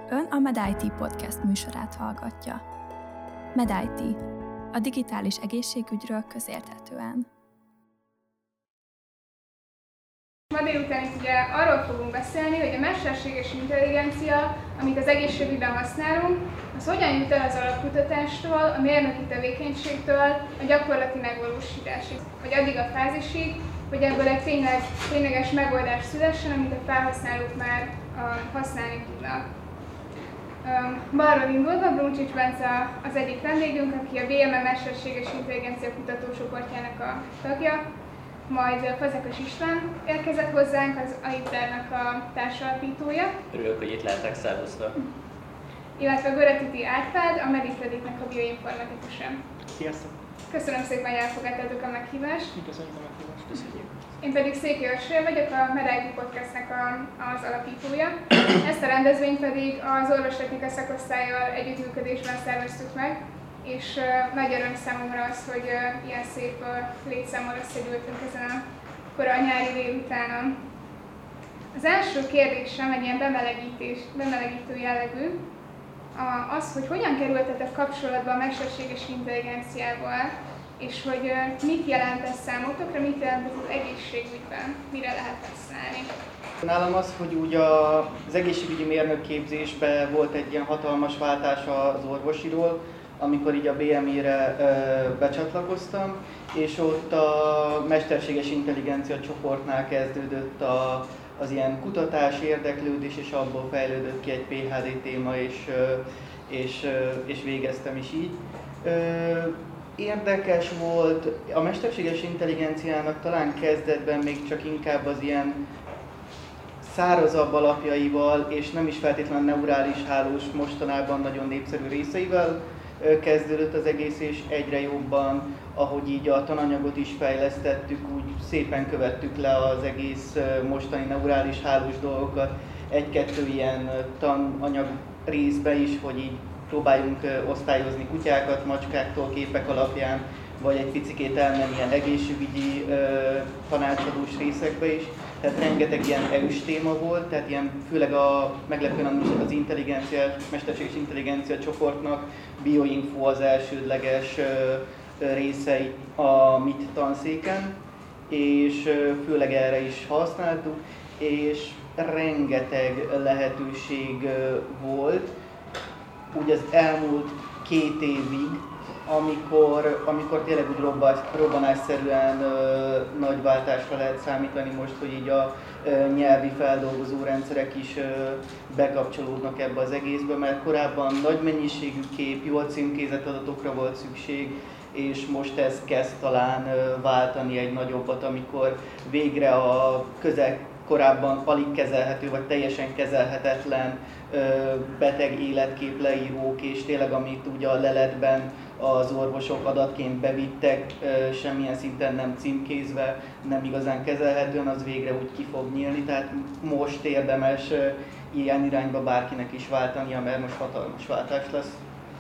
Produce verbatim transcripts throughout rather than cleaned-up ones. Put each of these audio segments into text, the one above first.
Ön a MedIT podcast műsorát hallgatja. MedIT, a digitális egészségügyről közérthetően. Ma délután itt ugye arról fogunk beszélni, hogy a mesterséges intelligencia, amit az egészségügyben használunk, az hogyan jut el az alapkutatástól, a mérnöki tevékenységtől a gyakorlati megvalósításig, vagy addig a fázisig, hogy ebből egy tényleg, tényleges megoldás szülessen, amit a felhasználók már uh, használni tudnak. Um, balról indulva Bruncsics Bence az egyik vendégünk, aki a bé em e Mesterséges Intelligencia Kutatócsoportjának a tagja, majd Fazekas István érkezett hozzánk, az á i té e er-nek a társalapítója. Örülök, hogy itt lehetek, szervusztok! Illetve Göretiti Árpád, a Medicreditnek a bioinformatikusa. Sziasztok! Köszönöm szépen, hogy elfogadtátok a meghívást. Köszönjük a meghívást. Köszönjük! Én pedig Széki Örső vagyok, a MedIT podcastnek a, az alapítója. Ezt a rendezvényt pedig az orvostechnika szakosztállyal együttműködésben szerveztük meg, és uh, nagy öröm számomra az, hogy uh, ilyen szép uh, létszámmal összegyűltünk ezen a kora nyári délutánon. Az első kérdésem egy ilyen bemelegítés, bemelegítő jellegű, a, az, hogy hogyan kerültetek kapcsolatba a mesterséges intelligenciával, és hogy uh, mit jelent ez számotokra, mit jelent ez az egészségügyben, mire lehet használni. Nálam az, hogy úgy a, az egészségügyi mérnökképzésben volt egy ilyen hatalmas váltás az orvosiról, amikor így a bé em é-re ö, becsatlakoztam, és ott a mesterséges intelligencia csoportnál kezdődött a, az ilyen kutatás, érdeklődés, és abból fejlődött ki egy pé há dé téma, és, ö, és, ö, és végeztem is így. Ö, Érdekes volt, a mesterséges intelligenciának talán kezdetben még csak inkább az ilyen szárazabb alapjaival, és nem is feltétlenül neurális hálós, mostanában nagyon népszerű részeivel kezdődött az egész, és egyre jobban, ahogy így a tananyagot is fejlesztettük, úgy szépen követtük le az egész mostani neurális hálós dolgokat egy-kettő ilyen tananyag részbe is, hogy így próbáljunk osztályozni kutyákat, macskáktól képek alapján, vagy egy picikét elmenni ilyen egészségügyi ö, tanácsadós részekbe is. Tehát rengeteg ilyen é u-s téma volt, tehát ilyen főleg a meglepően az intelligencia, mesterséges intelligencia csoportnak bioinfo az elsődleges ö, részei a MIT tanszéken, és ö, főleg erre is használtuk, és rengeteg lehetőség ö, volt. Úgy az elmúlt két évig, amikor, amikor tényleg úgy robbanásszerűen ö, nagy váltásra lehet számítani most, hogy így a ö, nyelvi feldolgozó rendszerek is ö, bekapcsolódnak ebbe az egészbe, mert korábban nagy mennyiségű kép, jól címkézett adatokra volt szükség, és most ez kezd talán ö, váltani egy nagyobbat, amikor végre a közel korábban alig kezelhető, vagy teljesen kezelhetetlen beteg életkép leírók, és tényleg amit ugye a leletben az orvosok adatként bevittek, semmilyen szinten nem címkézve, nem igazán kezelhetően, az végre úgy ki fog nyílni, tehát most érdemes ilyen irányba bárkinek is váltania, mert most hatalmas váltás lesz.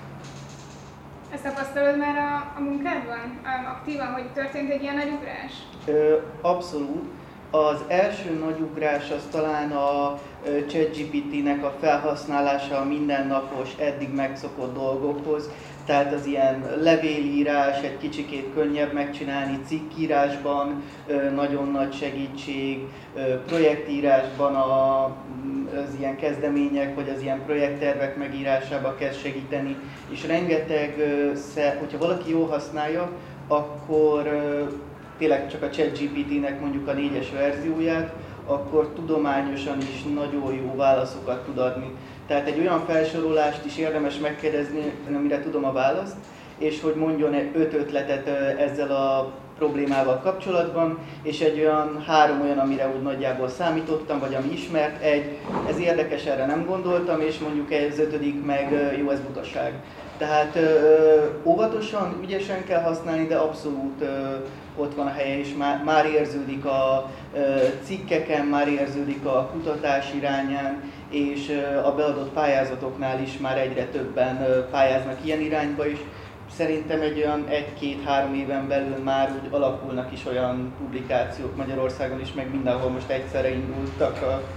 Ezt tapasztalod már a, a munkádban? Aktívan, hogy történt egy ilyen nagy ugrás? Abszolút. Az első nagy ugrás az talán a ChatGPT-nek a felhasználása a mindennapos, eddig megszokott dolgokhoz. Tehát az ilyen levélírás, egy kicsikét könnyebb megcsinálni, cikkírásban nagyon nagy segítség, projektírásban a, az ilyen kezdemények, vagy az ilyen projekttervek megírásában kezd segíteni. És rengeteg, hogyha valaki jól használja, akkor tényleg csak a ChatGPT-nek mondjuk a négyes verzióját, akkor tudományosan is nagyon jó válaszokat tud adni. Tehát egy olyan felsorolást is érdemes megkérdezni, amire tudom a választ, és hogy mondjon öt ötletet ezzel a problémával kapcsolatban, és egy olyan három olyan, amire úgy nagyjából számítottam, vagy ami ismert, egy, ez érdekes, erre nem gondoltam, és mondjuk az ötödik meg jó, ez butaság. Tehát ö, óvatosan, ügyesen kell használni, de abszolút ö, ott van a helye, és már, már érződik a ö, cikkeken, már érződik a kutatás irányán, és ö, a beadott pályázatoknál is már egyre többen ö, pályáznak ilyen irányba is. Szerintem egy olyan egy-két-három éven belül már úgy alakulnak is olyan publikációk Magyarországon is, meg mindenhol most egyszerre indultak a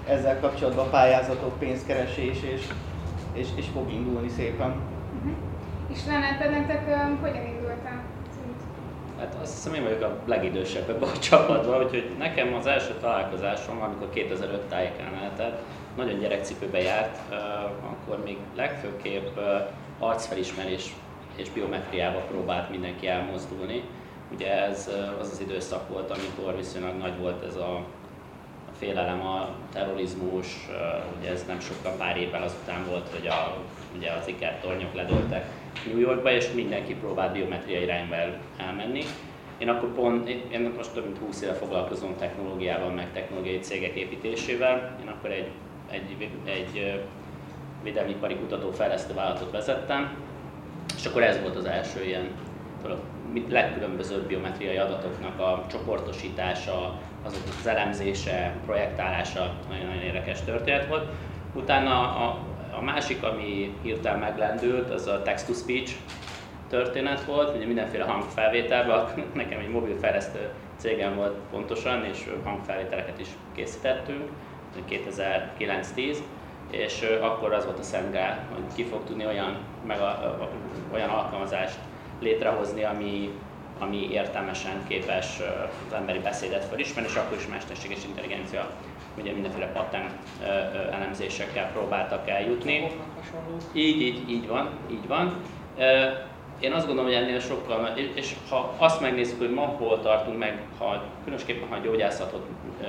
ezzel kapcsolatban pályázatok, pénzkeresés, és, és, és fog indulni szépen. Uh-huh. És Lennart, nektek um, hogyan indultál? Hát azt hiszem, én vagyok a legidősebb ebben a csapatban, úgyhogy nekem az első találkozásom, amikor kétezer-öt tájékán lehetett, nagyon gyerekcipőbe járt, akkor még legfőképp arcfelismerés és biometriába próbált mindenki elmozdulni. Ugye ez az az időszak volt, amikor viszonylag nagy volt ez a, a félelem, a terrorizmus, ugye ez nem sokkal pár évvel azután volt, hogy a, ugye az ikertornyok ledőltek New Yorkba, és mindenki próbált biometria irányba elmenni. Én akkor pont, én most több mint húsz éve foglalkozom technológiával, meg technológiai cégek építésével. Én akkor egy, egy, egy védelmipari kutató-fejlesztő vállalatot vezettem, és akkor ez volt az első ilyen legkülönbözőbb biometriai adatoknak a csoportosítása, azoknak az elemzése, projektálása nagyon-nagyon érdekes történet volt. Utána a, a másik, ami hirtelen meglendült, az a text-to-speech történet volt, ugye mindenféle hangfelvételben, nekem egy mobilfejlesztő cégem volt pontosan, és hangfelvételeket is készítettünk, kétezer-kilenc-tíz, és akkor az volt a szent grál, hogy ki fog tudni olyan, meg a, a, olyan alkalmazást létrehozni, ami, ami értelmesen képes az emberi beszédet felismerni, és akkor is mesterséges intelligencia, ugye mindenféle pattern elemzésekkel próbáltak eljutni. Így, így, így van, így van. Én azt gondolom, hogy ennél sokkal, és ha azt megnézzük, hogy ma hol tartunk, meg ha, különösképpen ha a gyógyászatot,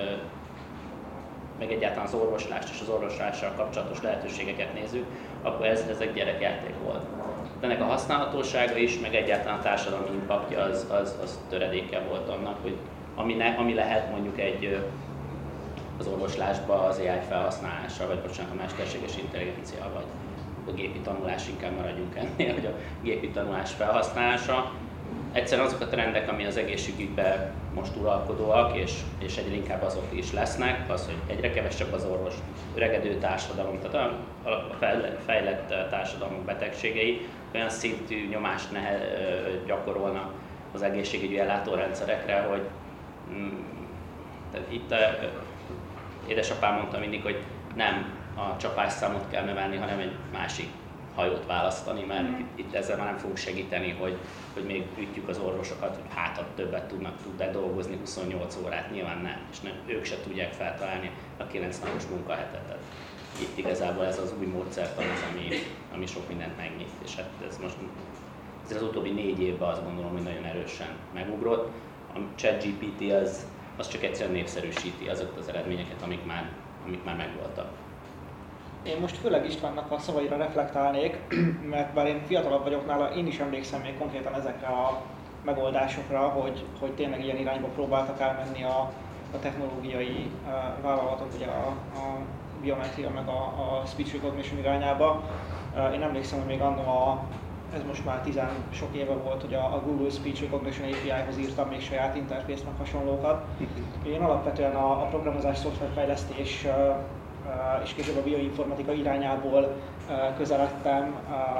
meg egyáltalán az orvoslást és az orvoslással kapcsolatos lehetőségeket nézzük, akkor ez, ez egy gyerekjáték volt. De ennek a használhatósága is, meg egyáltalán a társadalmi impaktja az, az, az töredéke volt annak, hogy ami, ne, ami lehet mondjuk egy az orvoslásban az á i felhasználása, vagy bocsánat, a mesterséges intelligencia, vagy a gépi tanulás, inkább maradjunk ennél, hogy a gépi tanulás felhasználása. Egyszerűen azok a trendek, ami az egészségügyben most uralkodóak, és, és egyre inkább azok is lesznek, az, hogy egyre kevesebb az orvos, öregedő társadalom, tehát a, a fejlett társadalmak betegségei olyan szintű nyomást nehe, gyakorolnak az egészségügyi ellátórendszerekre, hogy mm, itt a, édesapám mondta mindig, hogy nem a csapásszámot kell növelni, hanem egy másik hajót választani, mert mm. itt, itt ezzel már nem fogunk segíteni, hogy, hogy még ütjük az orvosokat, hogy hát többet tudnak tudnak dolgozni huszonnyolc órát, nyilván nem, és nem, ők se tudják feltalálni a kilenc napos munkahetet. Itt igazából ez az új módszertan az, ami, ami sok mindent megnyit, és hát ez most ez az utóbbi négy évben azt gondolom, hogy nagyon erősen megugrott. A ChatGPT az, az csak egyszerűen népszerűsíti azokat az eredményeket, amik már, amik már megvoltak. Én most főleg Istvánnak a szavaira reflektálnék, mert bár én fiatalabb vagyok nála, én is emlékszem még konkrétan ezekre a megoldásokra, hogy, hogy tényleg ilyen irányba próbáltak elmenni a, a technológiai uh, vállalatok, ugye a, a biometria meg a, a speech recognition irányába. Uh, én emlékszem, hogy még annó a, ez most már tizen sok éve volt, hogy a, a Google Speech Recognition á pé i-hoz írtam még saját interfészt meg hasonlókat. Én alapvetően a, a programozás, szoftverfejlesztés uh, és később a bioinformatika irányából közeledtem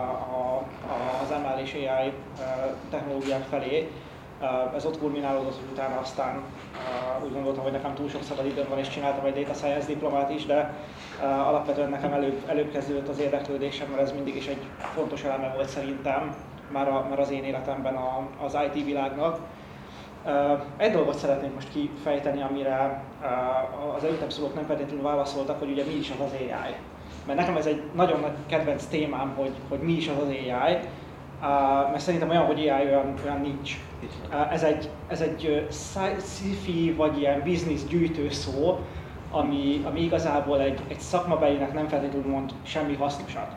az em el és á i technológiák felé. Ez ott kulminálódott, hogy utána aztán úgy gondoltam, hogy nekem túl sok szabad időm van, és csináltam egy data science diplomát is, de alapvetően nekem előbb, előbb kezdődött az érdeklődésem, mert ez mindig is egy fontos eleme volt szerintem már, a, már az én életemben az i té világnak. Egy dolgot szeretnék most kifejteni, amire az előttem szólók nem feltétlenül válaszoltak, hogy ugye mi is az az á i. Mert nekem ez egy nagyon nagy kedvenc témám, hogy, hogy mi is az az á i, mert szerintem olyan, hogy á i olyan, olyan nincs. Ez egy, ez egy sci-fi vagy ilyen business gyűjtő szó, ami, ami igazából egy, egy szakmabelinek nem feltétlenül mond semmi hasznosat.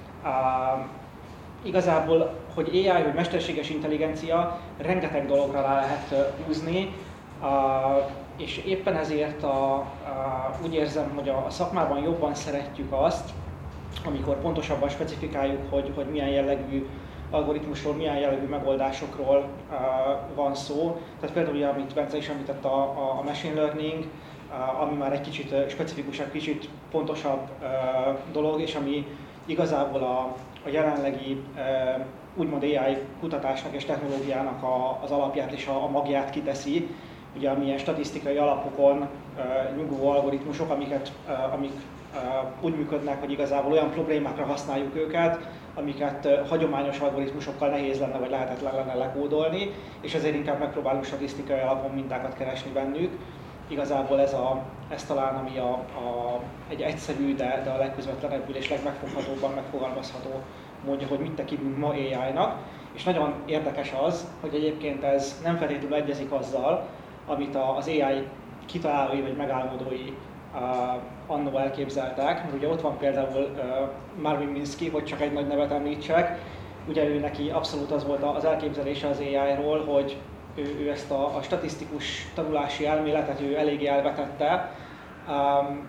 Igazából, hogy á i vagy mesterséges intelligencia, rengeteg dologra rá lehet húzni, és éppen ezért a, a, úgy érzem, hogy a szakmában jobban szeretjük azt, amikor pontosabban specifikáljuk, hogy, hogy milyen jellegű algoritmusról, milyen jellegű megoldásokról uh, van szó. Tehát például, ugye, amit Bence is említett, a, a, a machine learning, uh, ami már egy kicsit uh, specifikusabb, kicsit pontosabb uh, dolog, és ami igazából a, a jelenlegi uh, úgymond á i kutatásnak és technológiának a, az alapját és a, a magját kiteszi. Ugye, amilyen statisztikai alapokon nyugvó algoritmusok, amiket, amik úgy működnek, hogy igazából olyan problémákra használjuk őket, amiket hagyományos algoritmusokkal nehéz lenne vagy lehetetlen lenne lekódolni, és ezért inkább megpróbálunk statisztikai alapon mintákat keresni bennük. Igazából ez, a, ez talán ami a, a, egy egyszerű, de, de a legközvetlenebbül és legmegfoghatóbban megfogalmazható módja, hogy mit tekintünk ma á í-nak. És nagyon érdekes az, hogy egyébként ez nem feltétlenül egyezik azzal, amit az á í kitalálói vagy megálmodói Uh, annó elképzeltek, mert ugye ott van például uh, Marvin Minsky, hogy csak egy nagy nevet említsek. Ugye ő neki abszolút az volt az elképzelése az á í-ról, hogy ő, ő ezt a, a statisztikus tanulási elméletet ő eléggé elvetette, um,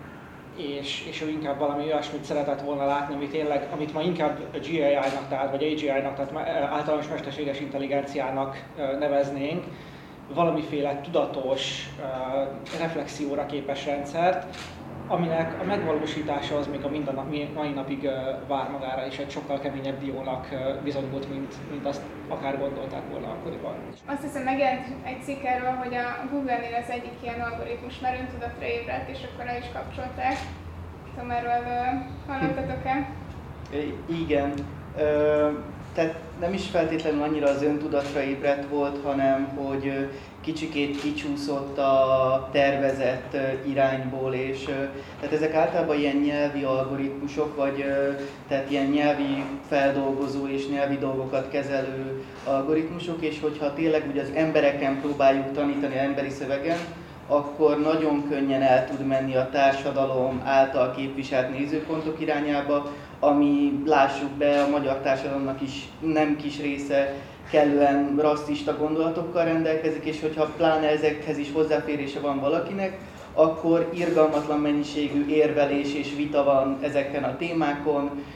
és, és ő inkább valami olyasmit szeretett volna látni, amit tényleg, amit ma inkább gé á í-nak, tehát, vagy á gé í-nak, tehát általános mesterséges intelligenciának uh, neveznénk, valamiféle tudatos, uh, reflexióra képes rendszert, aminek a megvalósítása az még a minden, mai napig uh, vár magára, és egy sokkal keményebb diónak uh, bizonyult, mint, mint azt akár gondolták volna akkoriban. Azt hiszem megjelent egy cikk erről, hogy a Google-nél az egyik ilyen algoritmus már öntudatra ébredt, és akkor el is kapcsolták. Tudom, erről uh, hallottatok-e? Igen. Uh... Tehát nem is feltétlenül annyira az öntudatra ébredt volt, hanem hogy kicsikét kicsúszott a tervezett irányból, és tehát ezek általában ilyen nyelvi algoritmusok, vagy tehát ilyen nyelvi feldolgozó és nyelvi dolgokat kezelő algoritmusok, és hogyha tényleg ugye az embereken próbáljuk tanítani, emberi szövegen, akkor nagyon könnyen el tud menni a társadalom által képviselt nézőpontok irányába, ami, lássuk be, a magyar társadalomnak is nem kis része kellően rasszista gondolatokkal rendelkezik, és hogyha pláne ezekhez is hozzáférése van valakinek, akkor irgalmatlan mennyiségű érvelés és vita van ezeken a témákon,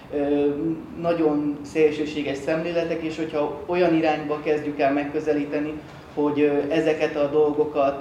nagyon szélsőséges szemléletek, és hogyha olyan irányba kezdjük el megközelíteni, hogy ezeket a dolgokat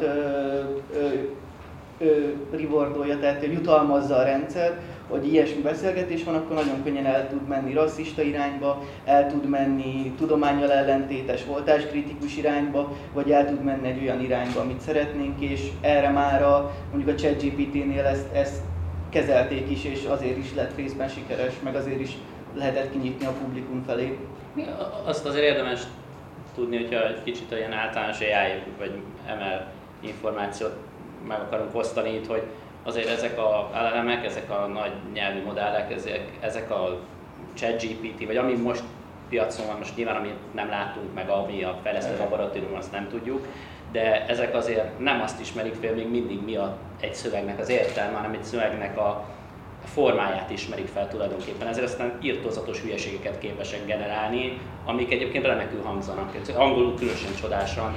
rewardolja, tehát jutalmazza a rendszer, hogy ilyesmi beszélgetés van, akkor nagyon könnyen el tud menni rasszista irányba, el tud menni tudománnyal ellentétes voltáskritikus irányba, vagy el tud menni egy olyan irányba, amit szeretnénk, és erre már a, mondjuk a ChatGPT-nél ezt, ezt kezelték is, és azért is lett részben sikeres, meg azért is lehetett kinyitni a publikum felé. Azt azért érdemes tudni, hogyha egy kicsit olyan általános á í vagy em el információt meg akarunk osztani itt, hogy azért ezek a el el em-ek, ezek a nagy nyelvi modellek, ezek, ezek a ChatGPT, vagy ami most piacon van, most nyilván amit nem látunk meg, ami a fejlesztő laboratóriumban, azt nem tudjuk, de ezek azért nem azt ismerik fel még mindig, mi a, egy szövegnek az értelme, hanem egy szövegnek a formáját ismerik fel tulajdonképpen, ezért aztán irtózatos hülyeségeket képesek generálni, amik egyébként remekül hangzanak. Angolul különösen csodásan,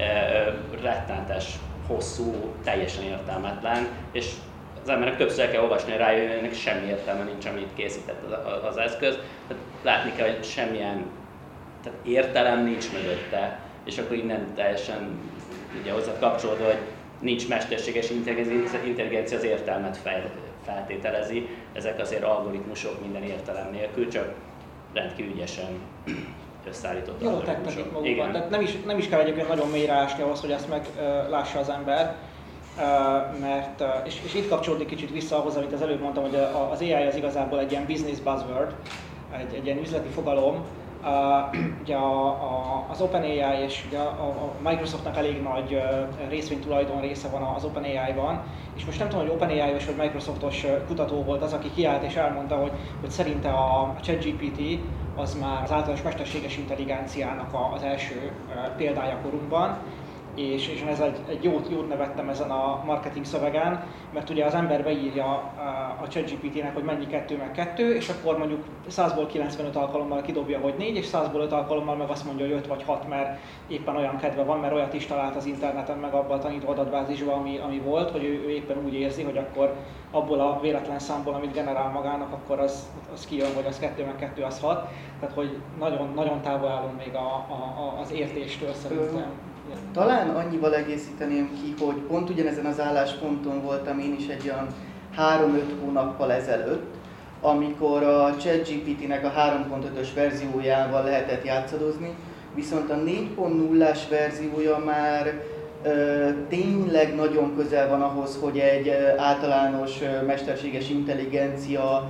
rettenetes, hosszú, teljesen értelmetlen, és az embernek többször kell olvasni, hogy rájöjjön, ennek semmi értelme nincs, amit készített az, az eszköz. Tehát látni kell, hogy semmilyen tehát értelem nincs mögötte, és akkor innen teljesen ugye hozzá kapcsolódva, hogy nincs mesterséges intelligencia, az értelmet fel, feltételezi. Ezek azért algoritmusok minden értelem nélkül, csak rendkívül ügyesen összeállított algoritmusok. Igen. Tehát nem is, nem is kell egyébként nagyon mélyre ásni ahhoz, hogy ezt meglássa az ember. Uh, mert, uh, és, és itt kapcsolódik kicsit vissza ahhoz, amit az előbb mondtam, hogy az á í az igazából egy ilyen business buzzword, egy, egy ilyen üzleti fogalom. Uh, ugye a, a, az OpenAI és ugye a, a Microsoftnak elég nagy uh, részvénytulajdon része van az OpenAI-ban, és most nem tudom, hogy OpenAI-os vagy Microsoftos kutató volt az, aki kiállt és elmondta, hogy, hogy szerinte a, a ChatGPT az már az általános mesterséges intelligenciának a, az első uh, példája korunkban. És, és ez egy, egy jót, jót nevettem ezen a marketing szövegen, mert ugye az ember beírja a ChatGPT-nek, hogy mennyi kettő meg kettő, és akkor mondjuk százból kilencvenöt alkalommal kidobja, hogy négy, és százból öt alkalommal meg azt mondja, hogy öt vagy hat, mert éppen olyan kedve van, mert olyat is talált az interneten, meg abban a tanító adatbázisban, ami, ami volt, hogy ő, ő éppen úgy érzi, hogy akkor abból a véletlen számból, amit generál magának, akkor az, az kijön, hogy az kettő meg kettő, az hat. Tehát, hogy nagyon, nagyon távol állunk még a, a, az értéstől szerintem. Talán annyival egészíteném ki, hogy pont ugyanezen az állásponton voltam én is egy olyan három-öt hónappal ezelőtt, amikor a ChatGPT-nek a három pont ötös verziójával lehetett játszadozni, viszont a négy pont nullás verziója már tényleg nagyon közel van ahhoz, hogy egy általános mesterséges intelligencia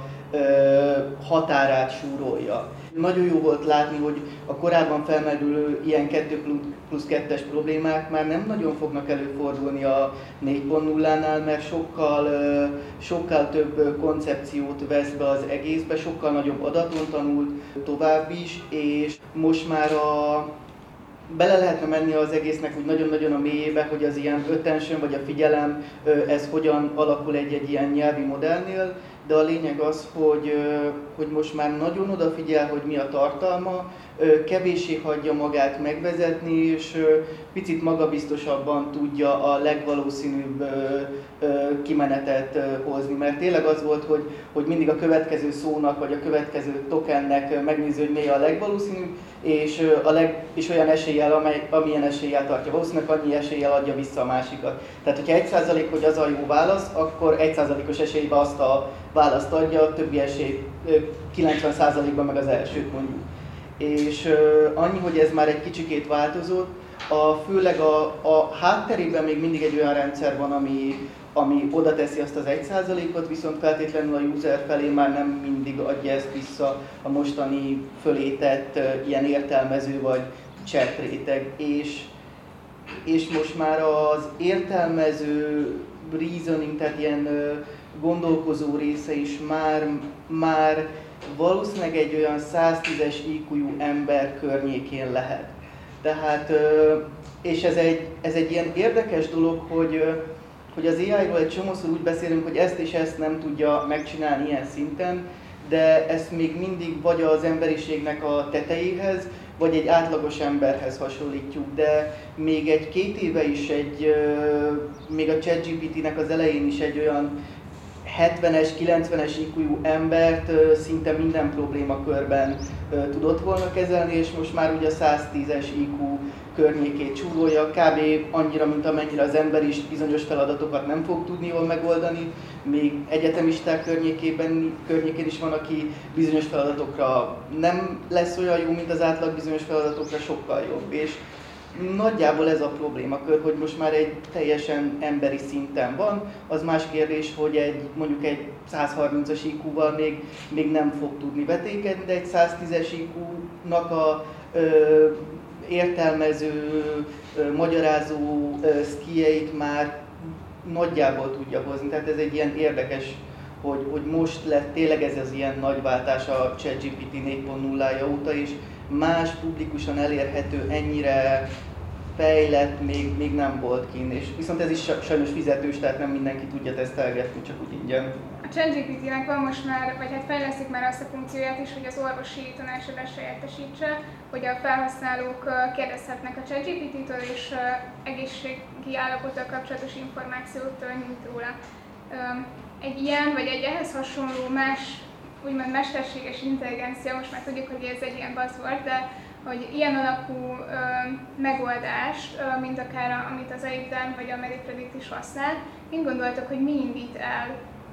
határát súrolja. Nagyon jó volt látni, hogy a korábban felmerülő ilyen kettő plusz kettes problémák már nem nagyon fognak előfordulni a négy pont nullánál, mert sokkal, sokkal több koncepciót vesz be az egészbe, sokkal nagyobb adaton tanult tovább is, és most már a bele lehetne menni az egésznek úgy nagyon-nagyon a mélyébe, hogy az ilyen attention vagy a figyelem, ez hogyan alakul egy-egy ilyen nyelvi modellnél, de a lényeg az, hogy, hogy most már nagyon odafigyel, hogy mi a tartalma, kevéssé hagyja magát megvezetni, és picit magabiztosabban tudja a legvalószínűbb kimenetet hozni. Mert tényleg az volt, hogy, hogy mindig a következő szónak, vagy a következő tokennek megnézi, hogy mi a legvalószínűbb, és, a leg, és olyan eséllyel, amely, amilyen eséllyel tartja. Valószínűleg annyi eséllyel adja vissza a másikat. Tehát, hogyha egy százalék, hogy az a jó válasz, akkor egy százalékos esélyben azt a választ adja, a többi esély kilencven százalékban meg az elsőt mondjuk. És uh, annyi, hogy ez már egy kicsikét változott, a, főleg a, a hátterében még mindig egy olyan rendszer van, ami, ami oda teszi azt az egy százalékot, viszont feltétlenül a user felé már nem mindig adja ezt vissza a mostani fölétett uh, ilyen értelmező vagy chat réteg. És, és most már az értelmező reasoning, tehát ilyen uh, gondolkozó része is már, már valószínűleg egy olyan száztízes í kú-jú ember környékén lehet. Tehát, és ez egy, ez egy ilyen érdekes dolog, hogy, hogy az á í-ról egy csomószor úgy beszélünk, hogy ezt és ezt nem tudja megcsinálni ilyen szinten, de ezt még mindig vagy az emberiségnek a tetejéhez, vagy egy átlagos emberhez hasonlítjuk, de még egy két éve is, egy, még a ChatGPT-nek az elején is egy olyan hetvenes, kilencvenes í kú-jú embert szinte minden problémakörben tudott volna kezelni, és most már ugye a száztízes í kú környékét súrolja, kb. Annyira, mint amennyire az ember is bizonyos feladatokat nem fog tudni jól megoldani. Még egyetemisták környékében, környékén is van, aki bizonyos feladatokra nem lesz olyan jó, mint az átlag, bizonyos feladatokra sokkal jobb. És nagyjából ez a problémakör, hogy most már egy teljesen emberi szinten van. Az más kérdés, hogy egy, mondjuk egy százharmincas í kú-val még, még nem fog tudni vetékedni, de egy száztízes í kú-nak a ö, értelmező, ö, magyarázó ö, skilljeit már nagyjából tudja hozni. Tehát ez egy ilyen érdekes, hogy, hogy most lett tényleg ez az ilyen nagy váltás a ChatGPT négy pont nullája óta is. Más publikusan elérhető, ennyire fejlett még, még nem volt kint, és viszont ez is sajnos fizetős, tehát nem mindenki tudja tesztelgetni, csak úgy ingyen. A ChatGPT-nek van most már, vagy hát fejlesztik már azt a funkcióját is, hogy az orvosi tanácsadást helyettesítse, hogy a felhasználók kérdezhetnek a ChatGPT-től, és egészségi állapottal kapcsolatos információt nyújt róla. Egy ilyen, vagy egy ehhez hasonló más úgymond mesterséges intelligencia, most már tudjuk, hogy ez egy ilyen buzzword, de hogy ilyen alapú ö, megoldást, ö, mint akár a, amit az Aiden vagy a Medipredict is használ, mind gondoltok, hogy mi indít el?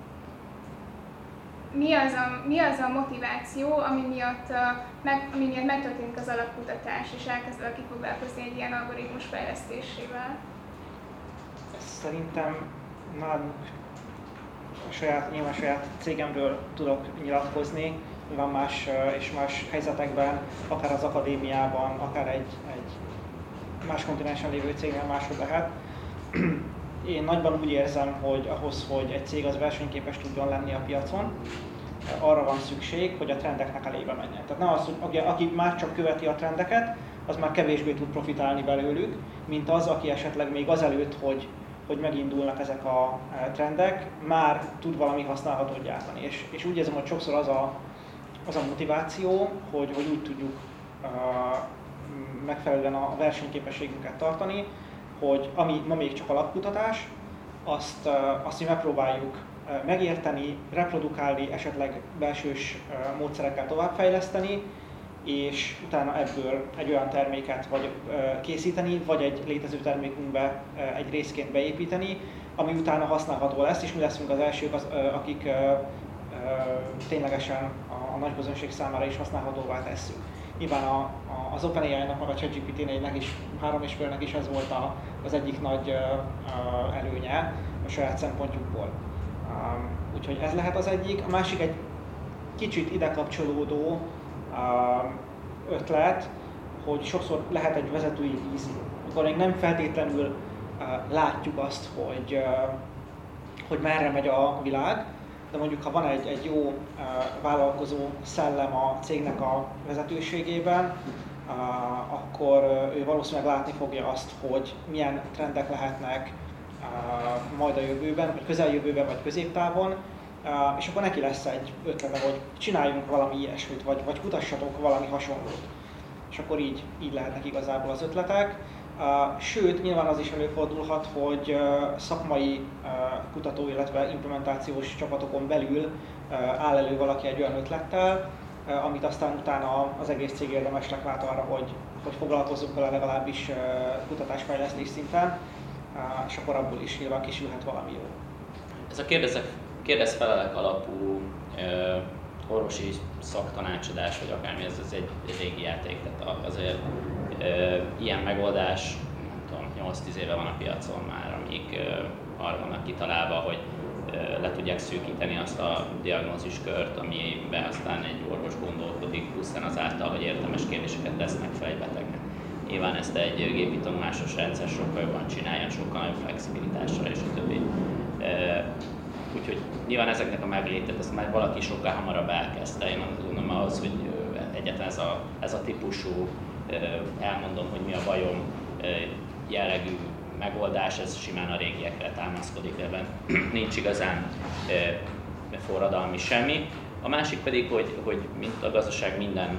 Mi az a, mi az a motiváció, ami miatt, ö, meg, ami miatt megtörténik az alapkutatás, és elkezd valaki foglalkozni egy ilyen algoritmus fejlesztésével? Szerintem nálunk a saját, nyilván a saját cégemről tudok nyilatkozni, van más és más helyzetekben, akár az akadémiában, akár egy, egy más kontinensen lévő cégnél máshogy lehet. Én nagyban úgy érzem, hogy ahhoz, hogy egy cég az versenyképes tudjon lenni a piacon, arra van szükség, hogy a trendeknek elébe menjen. Tehát nem az, hogy aki már csak követi a trendeket, az már kevésbé tud profitálni belőlük, mint az, aki esetleg még azelőtt, hogy hogy megindulnak ezek a trendek, már tud valami használhatót gyártani. És, és úgy érzem, hogy sokszor az a, az a motiváció, hogy, hogy úgy tudjuk uh, megfelelően a versenyképességünket tartani, hogy ami ma még csak alapkutatás, azt, uh, azt mi megpróbáljuk uh, megérteni, reprodukálni, esetleg belsős uh, módszerekkel továbbfejleszteni, és utána ebből egy olyan terméket vagy készíteni, vagy egy létező termékünkbe egy részként beépíteni, ami utána használható lesz, és mi leszünk az elsők, az, akik ténylegesen a nagy közönség számára is használhatóvá tesszük. nyilván a, a, az OpenAI-nak, meg a ChatGPT-nek is, három és félnek is ez volt a, az egyik nagy uh, előnye a saját szempontjukból. Um, úgyhogy ez lehet az egyik. A másik egy kicsit ide kapcsolódó um, ötlet, hogy sokszor lehet egy vezetői vízió, akkor még nem feltétlenül uh, látjuk azt, hogy, uh, hogy merre megy a világ, de mondjuk ha van egy, egy jó uh, vállalkozó szellem a cégnek a vezetőségében, uh, akkor uh, ő valószínűleg látni fogja azt, hogy milyen trendek lehetnek uh, majd a jövőben, vagy közeljövőben, vagy középtávon, uh, és akkor neki lesz egy ötlete, hogy csináljunk valami ilyesmit, vagy, vagy kutassatok valami hasonlót. És akkor így, így lehetnek igazából az ötletek. Uh, sőt, nyilván az is előfordulhat, hogy uh, szakmai uh, kutató, illetve implementációs csapatokon belül uh, áll elő valaki egy olyan ötlettel, uh, amit aztán utána az egész cég érdemesnek lát arra, hogy, hogy foglalkozzunk vele legalábbis uh, kutatásfejlesztés szinten, uh, és akkor abból is nyilván kisülhet valami jó. Ez a kérdez-felelek alapú uh, orvosi szaktanácsadás, vagy akármi, ez, ez egy, egy régi játék, tehát azért e, ilyen megoldás, nem tudom, nyolc-tíz éve van a piacon már, amik e, arra vannak kitalálva, hogy e, le tudják szűkíteni azt a diagnóziskört, amiben aztán egy orvos gondolkodik, pusztán azáltal, hogy értelmes kérdéseket tesznek fel egy betegnek. Nyilván ezt egy gépi tanulásos rendszer sokkal jobban csinálja, sokkal nagyobb flexibilitással és a többi. E, Úgyhogy nyilván ezeknek a meglétet, ezt már valaki sokkal hamarabb elkezdte. Én azt gondolom ahhoz, hogy egyáltalán ez a, ez a típusú, elmondom, hogy mi a bajom jellegű megoldás, ez simán a régiekre támaszkodik, ebben nincs igazán forradalmi semmi. A másik pedig, hogy, hogy mint a gazdaság minden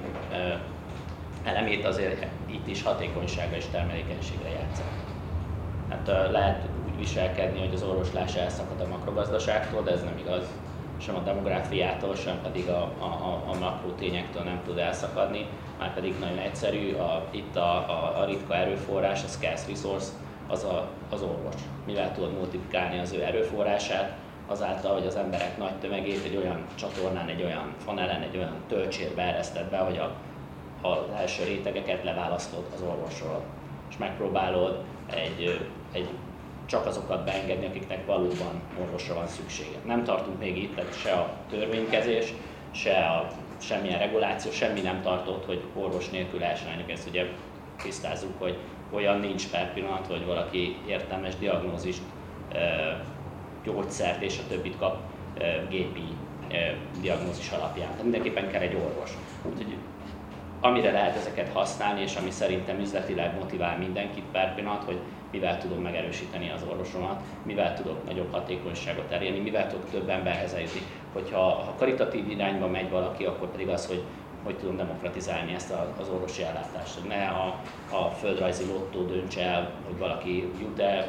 elemét azért itt is hatékonyságra és termelékenységre játszik. Hát lehet viselkedni, hogy az orvoslás elszakad a makrogazdaságtól, de ez nem igaz. Sem a demográfiától, sem pedig a, a, a makrotényektől nem tud elszakadni. Már pedig nagyon egyszerű, a, itt a, a, a ritka erőforrás, a scarce resource, az a, az orvos. Mivel tudod multiplikálni az ő erőforrását, azáltal, hogy az emberek nagy tömegét egy olyan csatornán, egy olyan fanelen, egy olyan töltsérbe ereszted be, hogy a, az első rétegeket leválasztod az orvosról. És megpróbálod egy, egy csak azokat beengedni, akiknek valóban orvosra van szüksége. Nem tartunk még itt, tehát se a törvénykezés, se a semmilyen reguláció, semmi nem tartott, hogy orvos nélkül elsajnáljuk. Ezt ugye tisztázzuk, hogy olyan nincs per pillanat, hogy valaki értelmes diagnózist, gyógyszert és a többit kap gépi diagnózis alapján. Tehát mindenképpen kell egy orvos. Úgyhogy amire lehet ezeket használni, és ami szerintem üzletileg motivál mindenkit per pillanat, hogy mivel tudom megerősíteni az orvosomat, mivel tudok nagyobb hatékonyságot elérni, mivel tudok több emberhez eljutni. Hogyha ha karitatív irányba megy valaki, akkor pedig az, hogy hogy tudom demokratizálni ezt az orvosi ellátást. Ne a, a földrajzi lottó döntse el, hogy valaki jut-e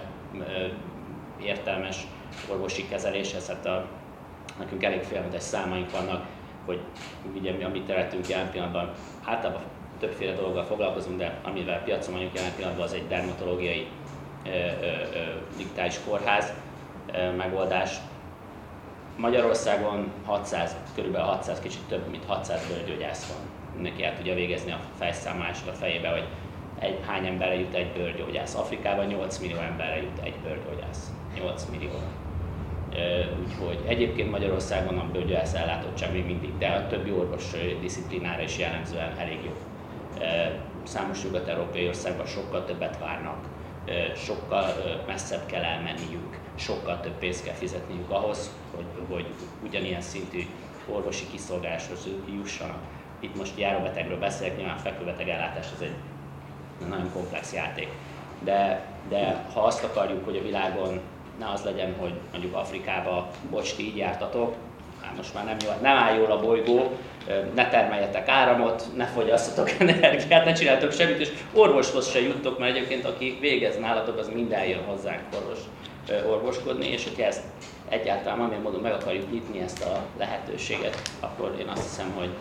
értelmes orvosi kezeléshez. Hát a, nekünk elég félelmetes számaink vannak, hogy ugye mi, amit teretünk jelen pillanatban, általában többféle dologgal foglalkozunk, de amivel piacon vagyunk jelen pillanatban, az egy dermatológiai ö, ö, ö, digitális kórház ö, megoldás. Magyarországon hatszáz, körülbelül hatszáz, kicsit több, mint hatszáz bőrgyógyász van. Mindenki el tudja végezni a fejszámolást a fejébe, hogy egy, hány emberre jut egy bőrgyógyász. Afrikában nyolc millió emberre jut egy bőrgyógyász. nyolc millió. Úgyhogy egyébként Magyarországon a bőrgyógyász ellátottság még mindig, de a többi orvos diszciplinára is jellemzően elég jó. Számos nyugat-európai országban sokkal többet várnak, sokkal messzebb kell elmenniük, sokkal több pénzt kell fizetniük ahhoz, hogy, hogy ugyanilyen szintű orvosi kiszolgáláshoz jussanak. Itt most járóbetegről beszélek, nyilván fekvőbeteg ellátás az egy nagyon komplex játék. De, de ha azt akarjuk, hogy a világon ne az legyen, hogy mondjuk Afrikába, bocs, ti így jártatok, hát most már nem, jó, nem áll jól a bolygó, ne termeljetek áramot, ne fogyasszatok energiát, ne csináltok semmit, és orvoshoz se juttok, mert egyébként aki végez nálatok, az mind eljön hozzánk orvos, orvoskodni, és hogyha ezt egyáltalán valamilyen módon meg akarjuk nyitni ezt a lehetőséget, akkor én azt hiszem, hogy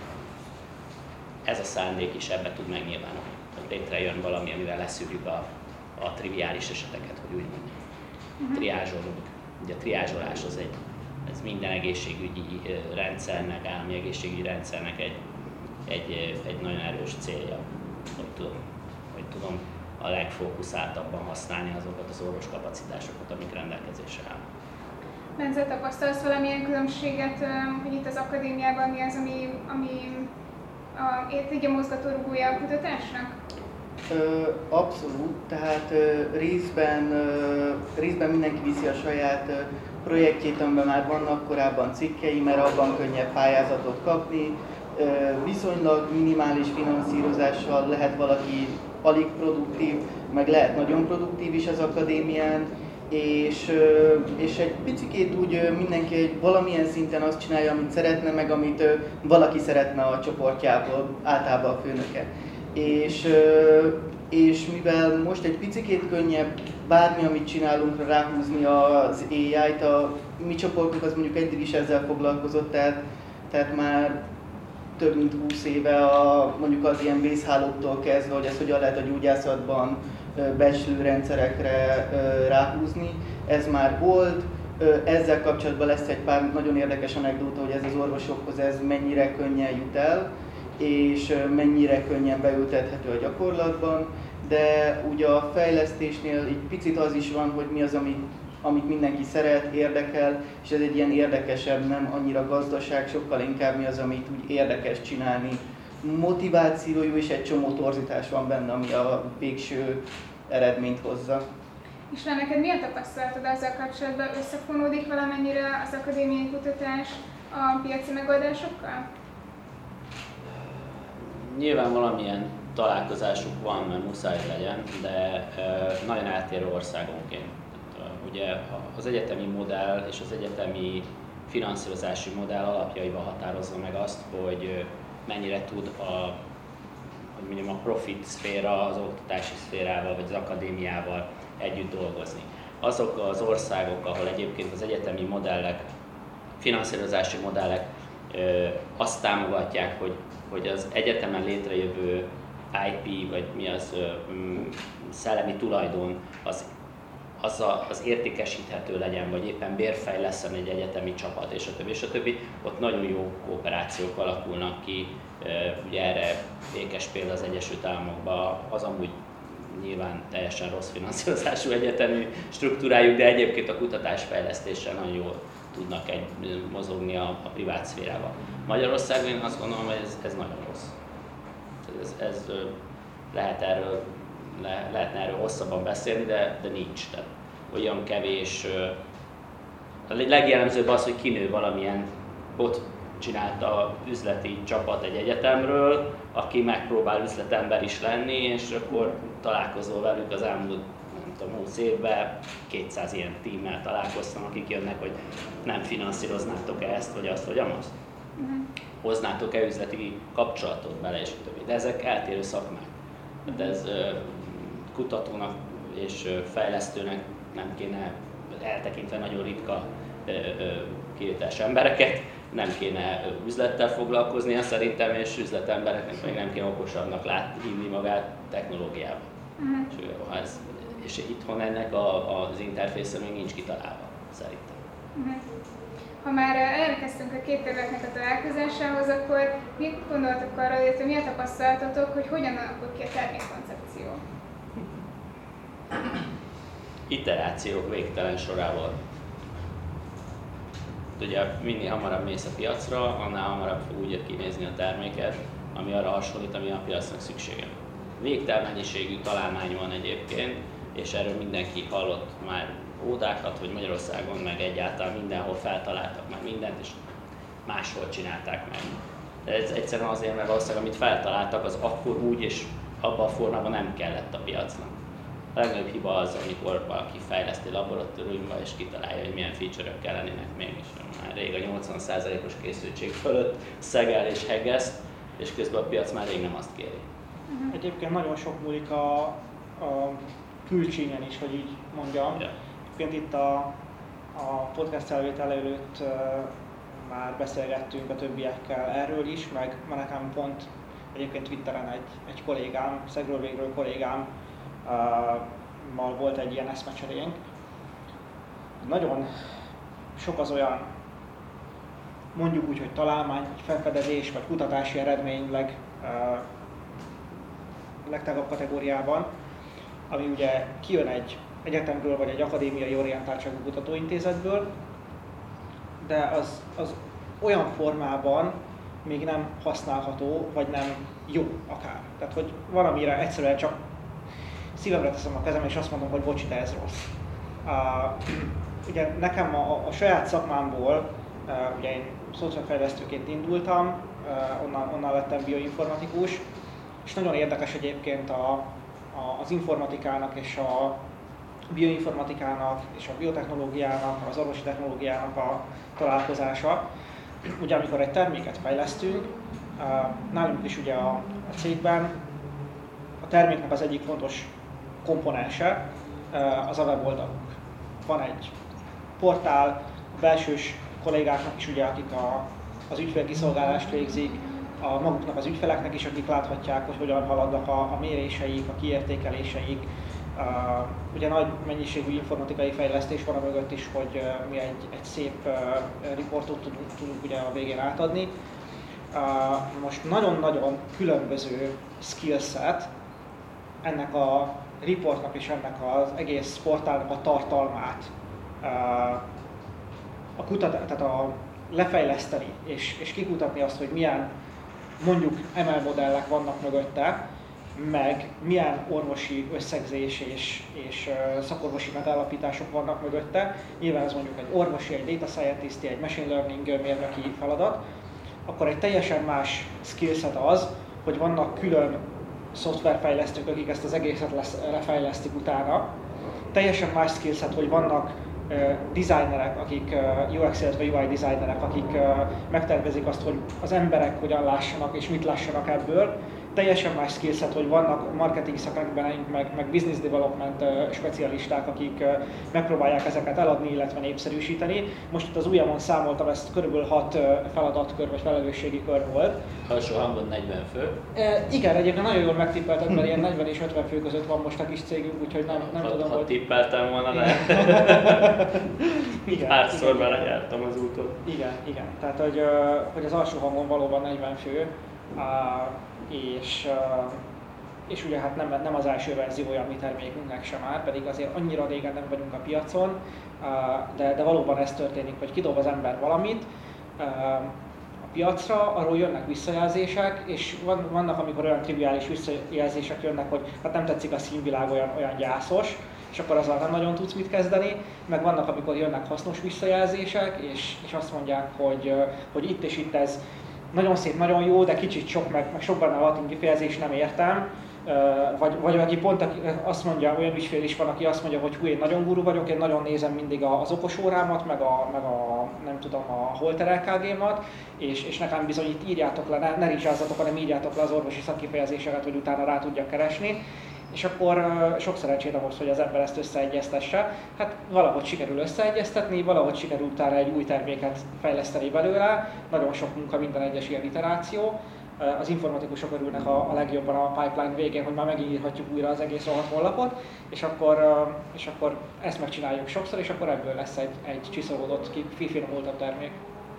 ez a szándék is ebbe tud megnyilvánulni, hogy létrejön valami, amivel leszűrjük a, a triviális eseteket, hogy úgy mondjam. Uh-huh. Triázsolunk. Ugye a triázsolás az egy, ez minden egészségügyi rendszernek, állami egészségügyi rendszernek egy, egy, egy nagyon erős célja, hogy tudom, hogy tudom a legfókuszáltabban használni azokat az orvoskapacitásokat, amik rendelkezésre állnak. Bence, tapasztalsz valamilyen különbséget, hogy itt az akadémiában mi az, ami, ami a, egy a mozgatórugója a kutatásnak? Abszolút, tehát részben, részben mindenki viszi a saját projektjét, amiben már vannak korábban cikkei, mert abban könnyebb pályázatot kapni. Viszonylag minimális finanszírozással lehet valaki alig produktív, meg lehet nagyon produktív is az akadémián, és, és egy picikét úgy mindenki egy valamilyen szinten azt csinálja, amit szeretne, meg amit valaki szeretne a csoportjából, általában a főnöke. És, és mivel most egy picikét könnyebb bármi, amit csinálunk, ráhúzni az á í-t, a mi csoportunk az mondjuk eddig is ezzel foglalkozott, tehát, tehát már több mint húsz éve a, mondjuk az ilyen vészhálóktól kezdve, hogy ezt hogyan lehet a gyógyászatban becslőrendszerekre ráhúzni. Ez már volt. Ezzel kapcsolatban lesz egy pár nagyon érdekes anekdóta, hogy ez az orvosokhoz ez mennyire könnyen jut el, és mennyire könnyen beültethető a gyakorlatban, de ugye a fejlesztésnél egy picit az is van, hogy mi az, amit, amit mindenki szeret, érdekel, és ez egy ilyen érdekesebb, nem annyira gazdaság, sokkal inkább mi az, amit úgy érdekes csinálni. Motivációjú és egy csomó torzítás van benne, ami a végső eredményt hozza. És már neked mi a tapasztalatod azzal kapcsolatban? Összefonódik valamennyire az akadémiai kutatás a piaci megoldásokkal? Nyilván valamilyen találkozásuk van, mert muszáj legyen, de nagyon eltérő országonként. Ugye az egyetemi modell és az egyetemi finanszírozási modell alapjaiban határozza meg azt, hogy mennyire tud a, hogy mondjam, a profit szféra az oktatási szférával vagy az akadémiával együtt dolgozni. Azok az országok, ahol egyébként az egyetemi modellek, finanszírozási modellek ö, azt támogatják, hogy, hogy az egyetemen létrejövő í pé, vagy mi az ö, m, szellemi tulajdon, az, az, a, az értékesíthető legyen, vagy éppen bérfejleszen egy egyetemi csapat, és a többi, és a többi, ott nagyon jó kooperációk alakulnak ki. Ugye erre ékes példa az Egyesült Államokban, az amúgy nyilván teljesen rossz finanszírozású egyetemi struktúrájuk, de egyébként a kutatásfejlesztéssel nagyon jól tudnak egy, mozogni a, a privát szférával. Magyarországon én azt gondolom, hogy ez, ez nagyon rossz. Ez, ez lehet erről, le, lehetne erről hosszabban beszélni, de, de nincs. Tehát olyan kevés. A legjellemzőbb az, hogy kinő valamilyen bot csinálta üzleti csapat egy egyetemről, aki megpróbál üzletember is lenni, és akkor találkozol velük az elmúlt, nem tudom, húsz évben, kétszáz ilyen tímmel találkoztam, akik jönnek, hogy nem finanszíroznátok-e ezt, vagy azt, vagy amazt. Uh-huh. Hoznátok-e üzleti kapcsolatot bele, és többi. De ezek eltérő szakmák. De ez kutatónak és fejlesztőnek nem kéne, eltekintve nagyon ritka kivételes embereket, nem kéne üzlettel foglalkoznia szerintem, és üzletembereknek még nem kéne okosabbnak látni, hinni magát technológiában. Uh-huh. És, ez, és itthon ennek a, az interfésze még nincs kitalálva, szerintem. Uh-huh. Ha már elkezdtünk a két területnek a találkozásához, akkor mit gondoltok arra, illetve mi a tapasztalatotok, hogy hogyan alakul ki a termékkoncepció? Iterációk végtelen sorával. Ugye minél hamarabb mész a piacra, annál hamarabb fog úgy kinézni a terméket, ami arra hasonlít, ami a piacnak szüksége. Végtelen mennyiségű találmány van egyébként, és erről mindenki hallott már ódákat, hogy Magyarországon meg egyáltalán mindenhol feltaláltak már mindent, és máshol csinálták meg. De ez egyszerűen azért, mert valószínűleg amit feltaláltak, az akkor úgy és abban a formában nem kellett a piacnak. A legnagyobb hiba az, amikor valaki fejleszti laboratóriumban és kitalálja, hogy milyen feature-ök kellenének mégis. Már rég a nyolcvan százalékos készültség fölött szegel és heggeszt, és közben a piac már rég nem azt kéri. Uh-huh. Egyébként nagyon sok múlik a, a külcsínyen is, hogy így mondjam. Yeah. Egyébként itt a, a podcast felvétel előtt uh, már beszélgettünk a többiekkel erről is, meg nekem pont egyébként Twitteren egy, egy kollégám, szegről végről kollégám, mal volt egy ilyen eszmecserénk. Nagyon sok az olyan mondjuk úgy, hogy találmány, vagy felfedezés, vagy kutatási eredmény leg, uh, legtágabb kategóriában, ami ugye kijön egy egyetemről, vagy egy akadémiai orientáltságú kutatóintézetből, de az, az olyan formában még nem használható, vagy nem jó akár. Tehát, hogy van, amire egyszerűen csak szívemre teszem a kezem, és azt mondom, hogy bocsi, de ez rossz. Uh, ugye nekem a, a saját szakmámból, uh, ugye én szoftverfejlesztőként indultam, uh, onnan, onnan lettem bioinformatikus, és nagyon érdekes egyébként a, a, az informatikának és a bioinformatikának és a biotechnológiának, az orvosi technológiának a találkozása. Ugye amikor egy terméket fejlesztünk, nálunk is ugye a, a cégben a terméknek az egyik fontos komponense az a weboldalunk. Van egy portál, a belsős kollégáknak is ugye, akik a, az ügyfélkiszolgálást végzik, a maguknak az ügyfeleknek is, akik láthatják, hogy hogyan haladnak a, a méréseik, a kiértékeléseik. Uh, ugye nagy mennyiségű informatikai fejlesztés van a mögött is, hogy uh, mi egy, egy szép uh, riportot tudunk, tudunk ugye a végén átadni. Uh, most nagyon-nagyon különböző skillset ennek a riportnak és ennek az egész portálnak a tartalmát uh, a kutatás, tehát a lefejleszteni és, és kikutatni azt, hogy milyen mondjuk em el modellek vannak mögötte, meg milyen orvosi összegzés és, és uh, szakorvosi megállapítások vannak mögötte. Nyilván ez mondjuk egy orvosi, egy data scientist, egy machine learning mérnöki feladat. Akkor egy teljesen más skillset az, hogy vannak külön szoftverfejlesztők, akik ezt az egészet lesz, lefejlesztik utána. Teljesen más skillset, hogy vannak uh, designerek, akik uh, u eksz, illetve u i designerek, akik uh, megtervezik azt, hogy az emberek hogyan lássanak és mit lássanak ebből. Teljesen más skillset, hogy vannak marketing szakembereink, meg, meg business development uh, specialisták, akik uh, megpróbálják ezeket eladni, illetve népszerűsíteni. Most itt az ujjamon számoltam, ezt körülbelül hat uh, feladatkör vagy felelősségi kör volt. Alsó hangon negyven fő. Uh, igen, egyébként nagyon jól megtippelted, mert ilyen negyven és ötven fő között van most a kis cégünk, úgyhogy nem, nem ha, tudom, ha hogy... tippeltem volna, de igen, párszor igen, már jártam az úton. Igen, igen. Tehát, hogy, uh, hogy az alsó hangon valóban negyven fő. Uh, és, és ugye hát nem, nem az első verziója a mi termékünknek sem már, pedig azért annyira régen nem vagyunk a piacon, de, de valóban ez történik, hogy kidob az ember valamit a piacra, arról jönnek visszajelzések, és van, vannak, amikor olyan triviális visszajelzések jönnek, hogy hát nem tetszik a színvilág, olyan, olyan gyászos, és akkor azzal nem nagyon tudsz mit kezdeni, meg vannak, amikor jönnek hasznos visszajelzések, és, és azt mondják, hogy, hogy itt és itt ez nagyon szép, nagyon jó, de kicsit sok, meg, meg sok benne a latin kifejezés, nem értem. Vagy, vagy aki pont azt mondja, olyan ügyfél is van, aki azt mondja, hogy hú, én nagyon guru vagyok, én nagyon nézem mindig az okos órámat, meg a, meg a nem tudom, a Holter el ká gé-mat, és, és nekem bizony itt írjátok le, ne, ne rizsázzatok, hanem írjátok le az orvosi szakkifejezéseket, hogy utána rá tudjak keresni. És akkor uh, sok szerencsét ahhoz, hogy az ember ezt összeegyeztesse. Hát valahogy sikerül összeegyeztetni, valahogy sikerül utána egy új terméket fejleszteni belőle. Nagyon sok munka, minden egyes ilyen iteráció. Uh, az informatikusok örülnek a, a legjobban a pipeline végén, hogy már megírhatjuk újra az egész rohadt honlapot, és akkor, uh, és akkor ezt megcsináljuk sokszor, és akkor ebből lesz egy, egy csiszolódott, kifinomultabb termék.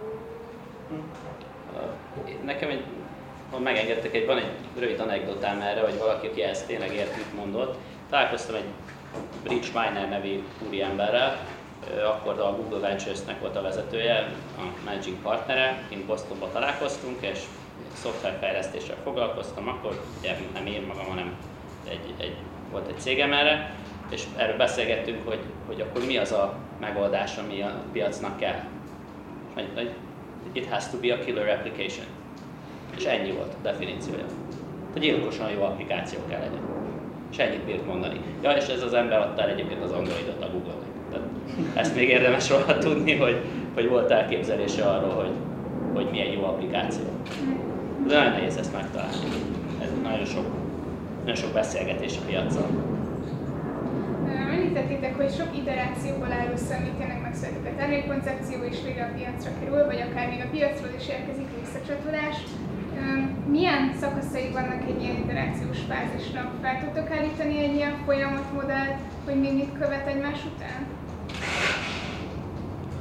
Nekem egy ha megengedtek, egy, van egy rövid anekdotám erre, hogy valaki, aki ezt tényleg ért, mit mondott. Találkoztam egy Rich Miner nevű úriemberrel, akkor a Google Ventures-nek volt a vezetője, a managing partnere, én Bostonban találkoztunk, és szoftverfejlesztéssel foglalkoztam, akkor ugye nem én magam, hanem egy, egy, volt egy cégem erre, és erről beszélgettünk, hogy, hogy akkor mi az a megoldás, ami a piacnak kell. It has to be a killer application. És ennyi volt a definíciója. Hogy gyilkosan jó applikáció kell legyen. És ennyit bírt mondani. Ja, és ez az ember adta el egyébként az Androidot a Google-nek. Tehát ezt még érdemes róla tudni, hogy, hogy volt elképzelése arról, hogy, hogy milyen jó applikáció. De nagyon nehéz ezt megtalálni. Ez nagyon sok, nagyon sok beszélgetés a piacon. Említettétek, hogy sok iterációból áll össze, amit tényleg megszületik a termékkoncepció, és végre a piacra kerül, vagy akár még a piacról is érkezik visszacsatolás. Milyen szakaszai vannak egy ilyen iterációs fázisnak? Fel tudtok állítani egy ilyen folyamatmodellt, hogy mi mit követ egymás után?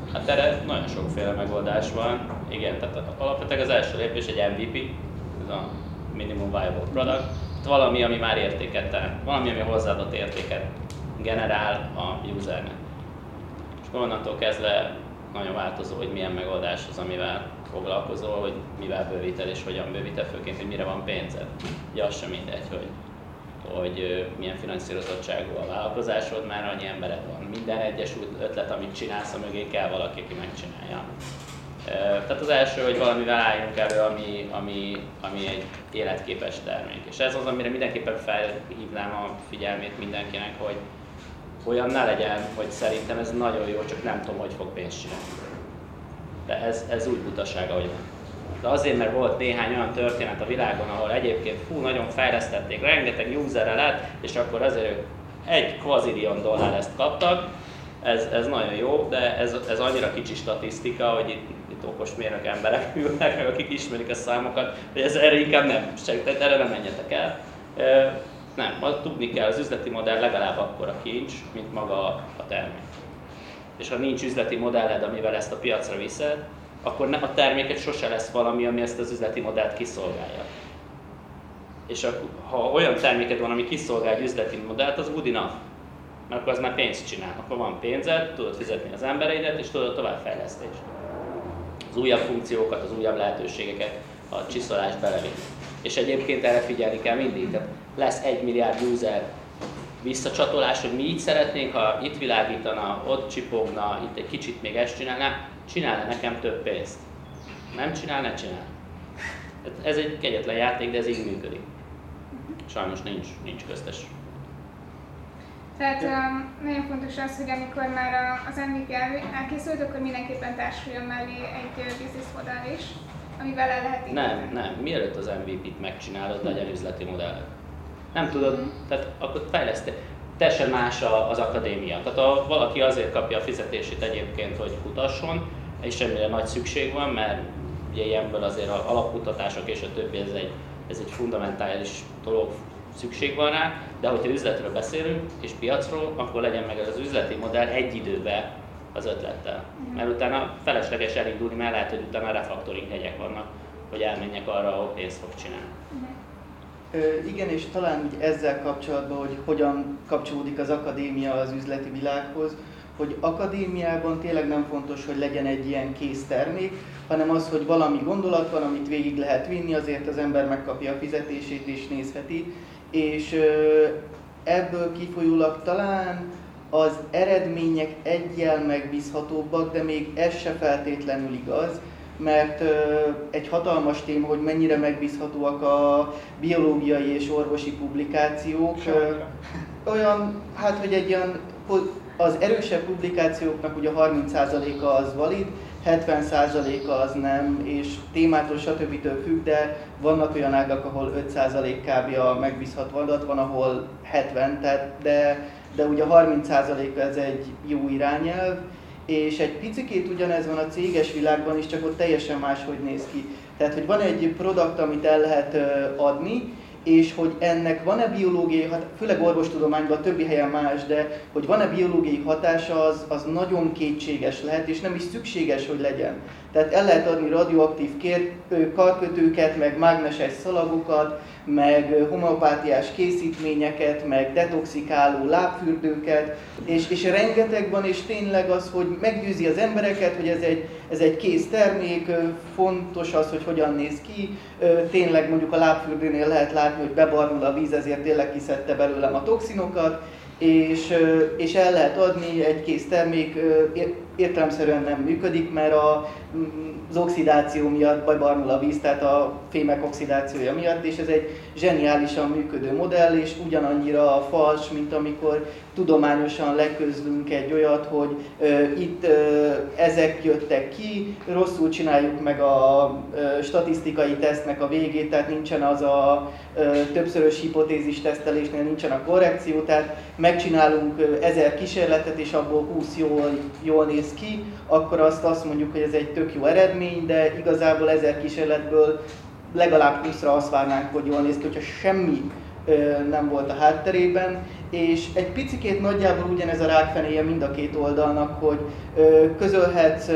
Hát erre nagyon sokféle megoldás van. Igen, tehát alapvetően az első lépés egy em vé pé, ez a Minimum Viable Product. Tehát valami, ami már értéket teremt, valami, ami hozzáadott értéket generál a usernek. És onnantól kezdve nagyon változó, hogy milyen megoldás az, amivel foglalkozol, hogy mivel bővíted és hogyan bővíted, főként, hogy mire van pénzed. Ugye az sem mindegy, hogy, hogy milyen finanszírozottságú a vállalkozásod, már annyi embered van. Minden egyes ötlet, amit csinálsz, mögé kell valaki, aki megcsinálja. Tehát az első, hogy valamivel álljunk elő, ami, ami, ami egy életképes termék. És ez az, amire mindenképpen felhívnám a figyelmét mindenkinek, hogy olyan ne legyen, hogy szerintem ez nagyon jó, csak nem tudom, hogy fog pénzt csinálni. De ez, ez úgy butaság, ahogy van. De azért, mert volt néhány olyan történet a világon, ahol egyébként fú, nagyon fejlesztették, rengeteg userre lett, és akkor azért ők egy kvazillion dollár ezt kaptak, ez, ez nagyon jó, de ez, ez annyira kicsi statisztika, hogy itt, itt okos mérnök emberek ülnek, meg akik ismerik a számokat, hogy ez erre inkább nem, tehát erre nem menjetek el. Nem, tudni kell, az üzleti modell legalább akkora kincs, mint maga a termék. És ha nincs üzleti modelled, amivel ezt a piacra viszed, akkor ne, a terméket sose lesz valami, ami ezt az üzleti modellt kiszolgálja. És ha olyan terméked van, ami kiszolgálja egy üzleti modellt, az good enough. Mert akkor az már pénzt csinál. Akkor van pénzed, tudod fizetni az embereidet, és tudod a továbbfejlesztést. Az újabb funkciókat, az újabb lehetőségeket, a csiszolást belevinni. És egyébként erre figyelni kell mindig. Tehát lesz egy milliárd user visszacsatolás, hogy mi így szeretnénk, ha itt világítana, ott csipogna, itt egy kicsit még ezt csinálná, csinálna nekem több pénzt. Nem csinál, ne csinál. Ez egy kegyetlen játék, de ez így működik. Sajnos nincs, nincs köztes. Tehát um, nagyon fontos az, hogy amikor már az em vé pé elkészült, akkor mindenképpen társuljon mellé egy business modell is, amivel el lehet építeni. Nem, nem. Mielőtt az em vé pét megcsinálod, legyen üzleti modell. Nem tudod, mm. tehát akkor fejleszti. Teljesen más az akadémia. Tehát ha valaki azért kapja a fizetését egyébként, hogy kutasson, és semmire nagy szükség van, mert ugye ilyenből azért az alapkutatások és a többi, ez egy, ez egy fundamentális dolog, szükség van rá, de hogyha üzletről beszélünk és piacról, akkor legyen meg az üzleti modell egy időben az ötlettel. Mm. Mert utána felesleges elindulni, mert lehet, hogy utána refactoring hegyek vannak, hogy elmenjek arra, ahol pénzt fog csinálni. Mm. Ö, igen, és talán ezzel kapcsolatban, hogy hogyan kapcsolódik az akadémia az üzleti világhoz, hogy akadémiában tényleg nem fontos, hogy legyen egy ilyen kész termék, hanem az, hogy valami gondolat van, amit végig lehet vinni, azért az ember megkapja a fizetését és nézheti. És ö, ebből kifolyólag talán az eredmények eggyel megbízhatóbbak, de még ez se feltétlenül igaz, mert ö, egy hatalmas téma, hogy mennyire megbízhatóak a biológiai és orvosi publikációk. Ö, olyan, hát hogy egy olyan, az erősebb publikációknak ugye harminc százaléka az valid, hetven százaléka az nem, és témától stb. Függ, de vannak olyan ágak, ahol öt százalék kb. A megbízható adat, van, ahol hetven, tehát, de, de ugye harminc százaléka ez egy jó irányelv, és egy picikét ugyanez van a céges világban is, csak ott teljesen máshogy néz ki. Tehát, hogy van egy produkt, amit el lehet adni, és hogy ennek van-e biológiai hatása, főleg orvostudományban, a többi helyen más, de hogy van-e biológiai hatása, az, az nagyon kétséges lehet, és nem is szükséges, hogy legyen. Tehát el lehet adni radioaktív kér, karkötőket, meg mágneses szalagokat, meg homeopátiás készítményeket, meg detoxikáló lábfürdőket, és, és rengeteg van, és tényleg az, hogy meggyőzi az embereket, hogy ez egy, ez egy kész termék, fontos az, hogy hogyan néz ki. Tényleg mondjuk a lábfürdőnél lehet látni, hogy bebarnul a víz, ezért tényleg kiszedte belőlem a toxinokat, és, és el lehet adni, egy kész termék értelemszerűen nem működik, mert a, az oxidáció miatt bebarnul a víz, tehát a fémek oxidációja miatt, és ez egy zseniálisan működő modell, és ugyanannyira fals, mint amikor tudományosan leközlünk egy olyat, hogy ö, itt ö, ezek jöttek ki, rosszul csináljuk meg a ö, statisztikai tesztnek a végét, tehát nincsen az a ö, többszörös hipotézis tesztelésnél nincsen a korrekció, tehát megcsinálunk ö, ezer kísérletet, és abból húsz jól, jól néz ki, akkor azt azt mondjuk, hogy ez egy tök jó eredmény, de igazából ezer kísérletből legalább húszra azt várnánk, hogy jól néz ki, hogyha semmi nem volt a hátterében, és egy picikét nagyjából ugyanez a rákfenéje mind a két oldalnak, hogy közölhetsz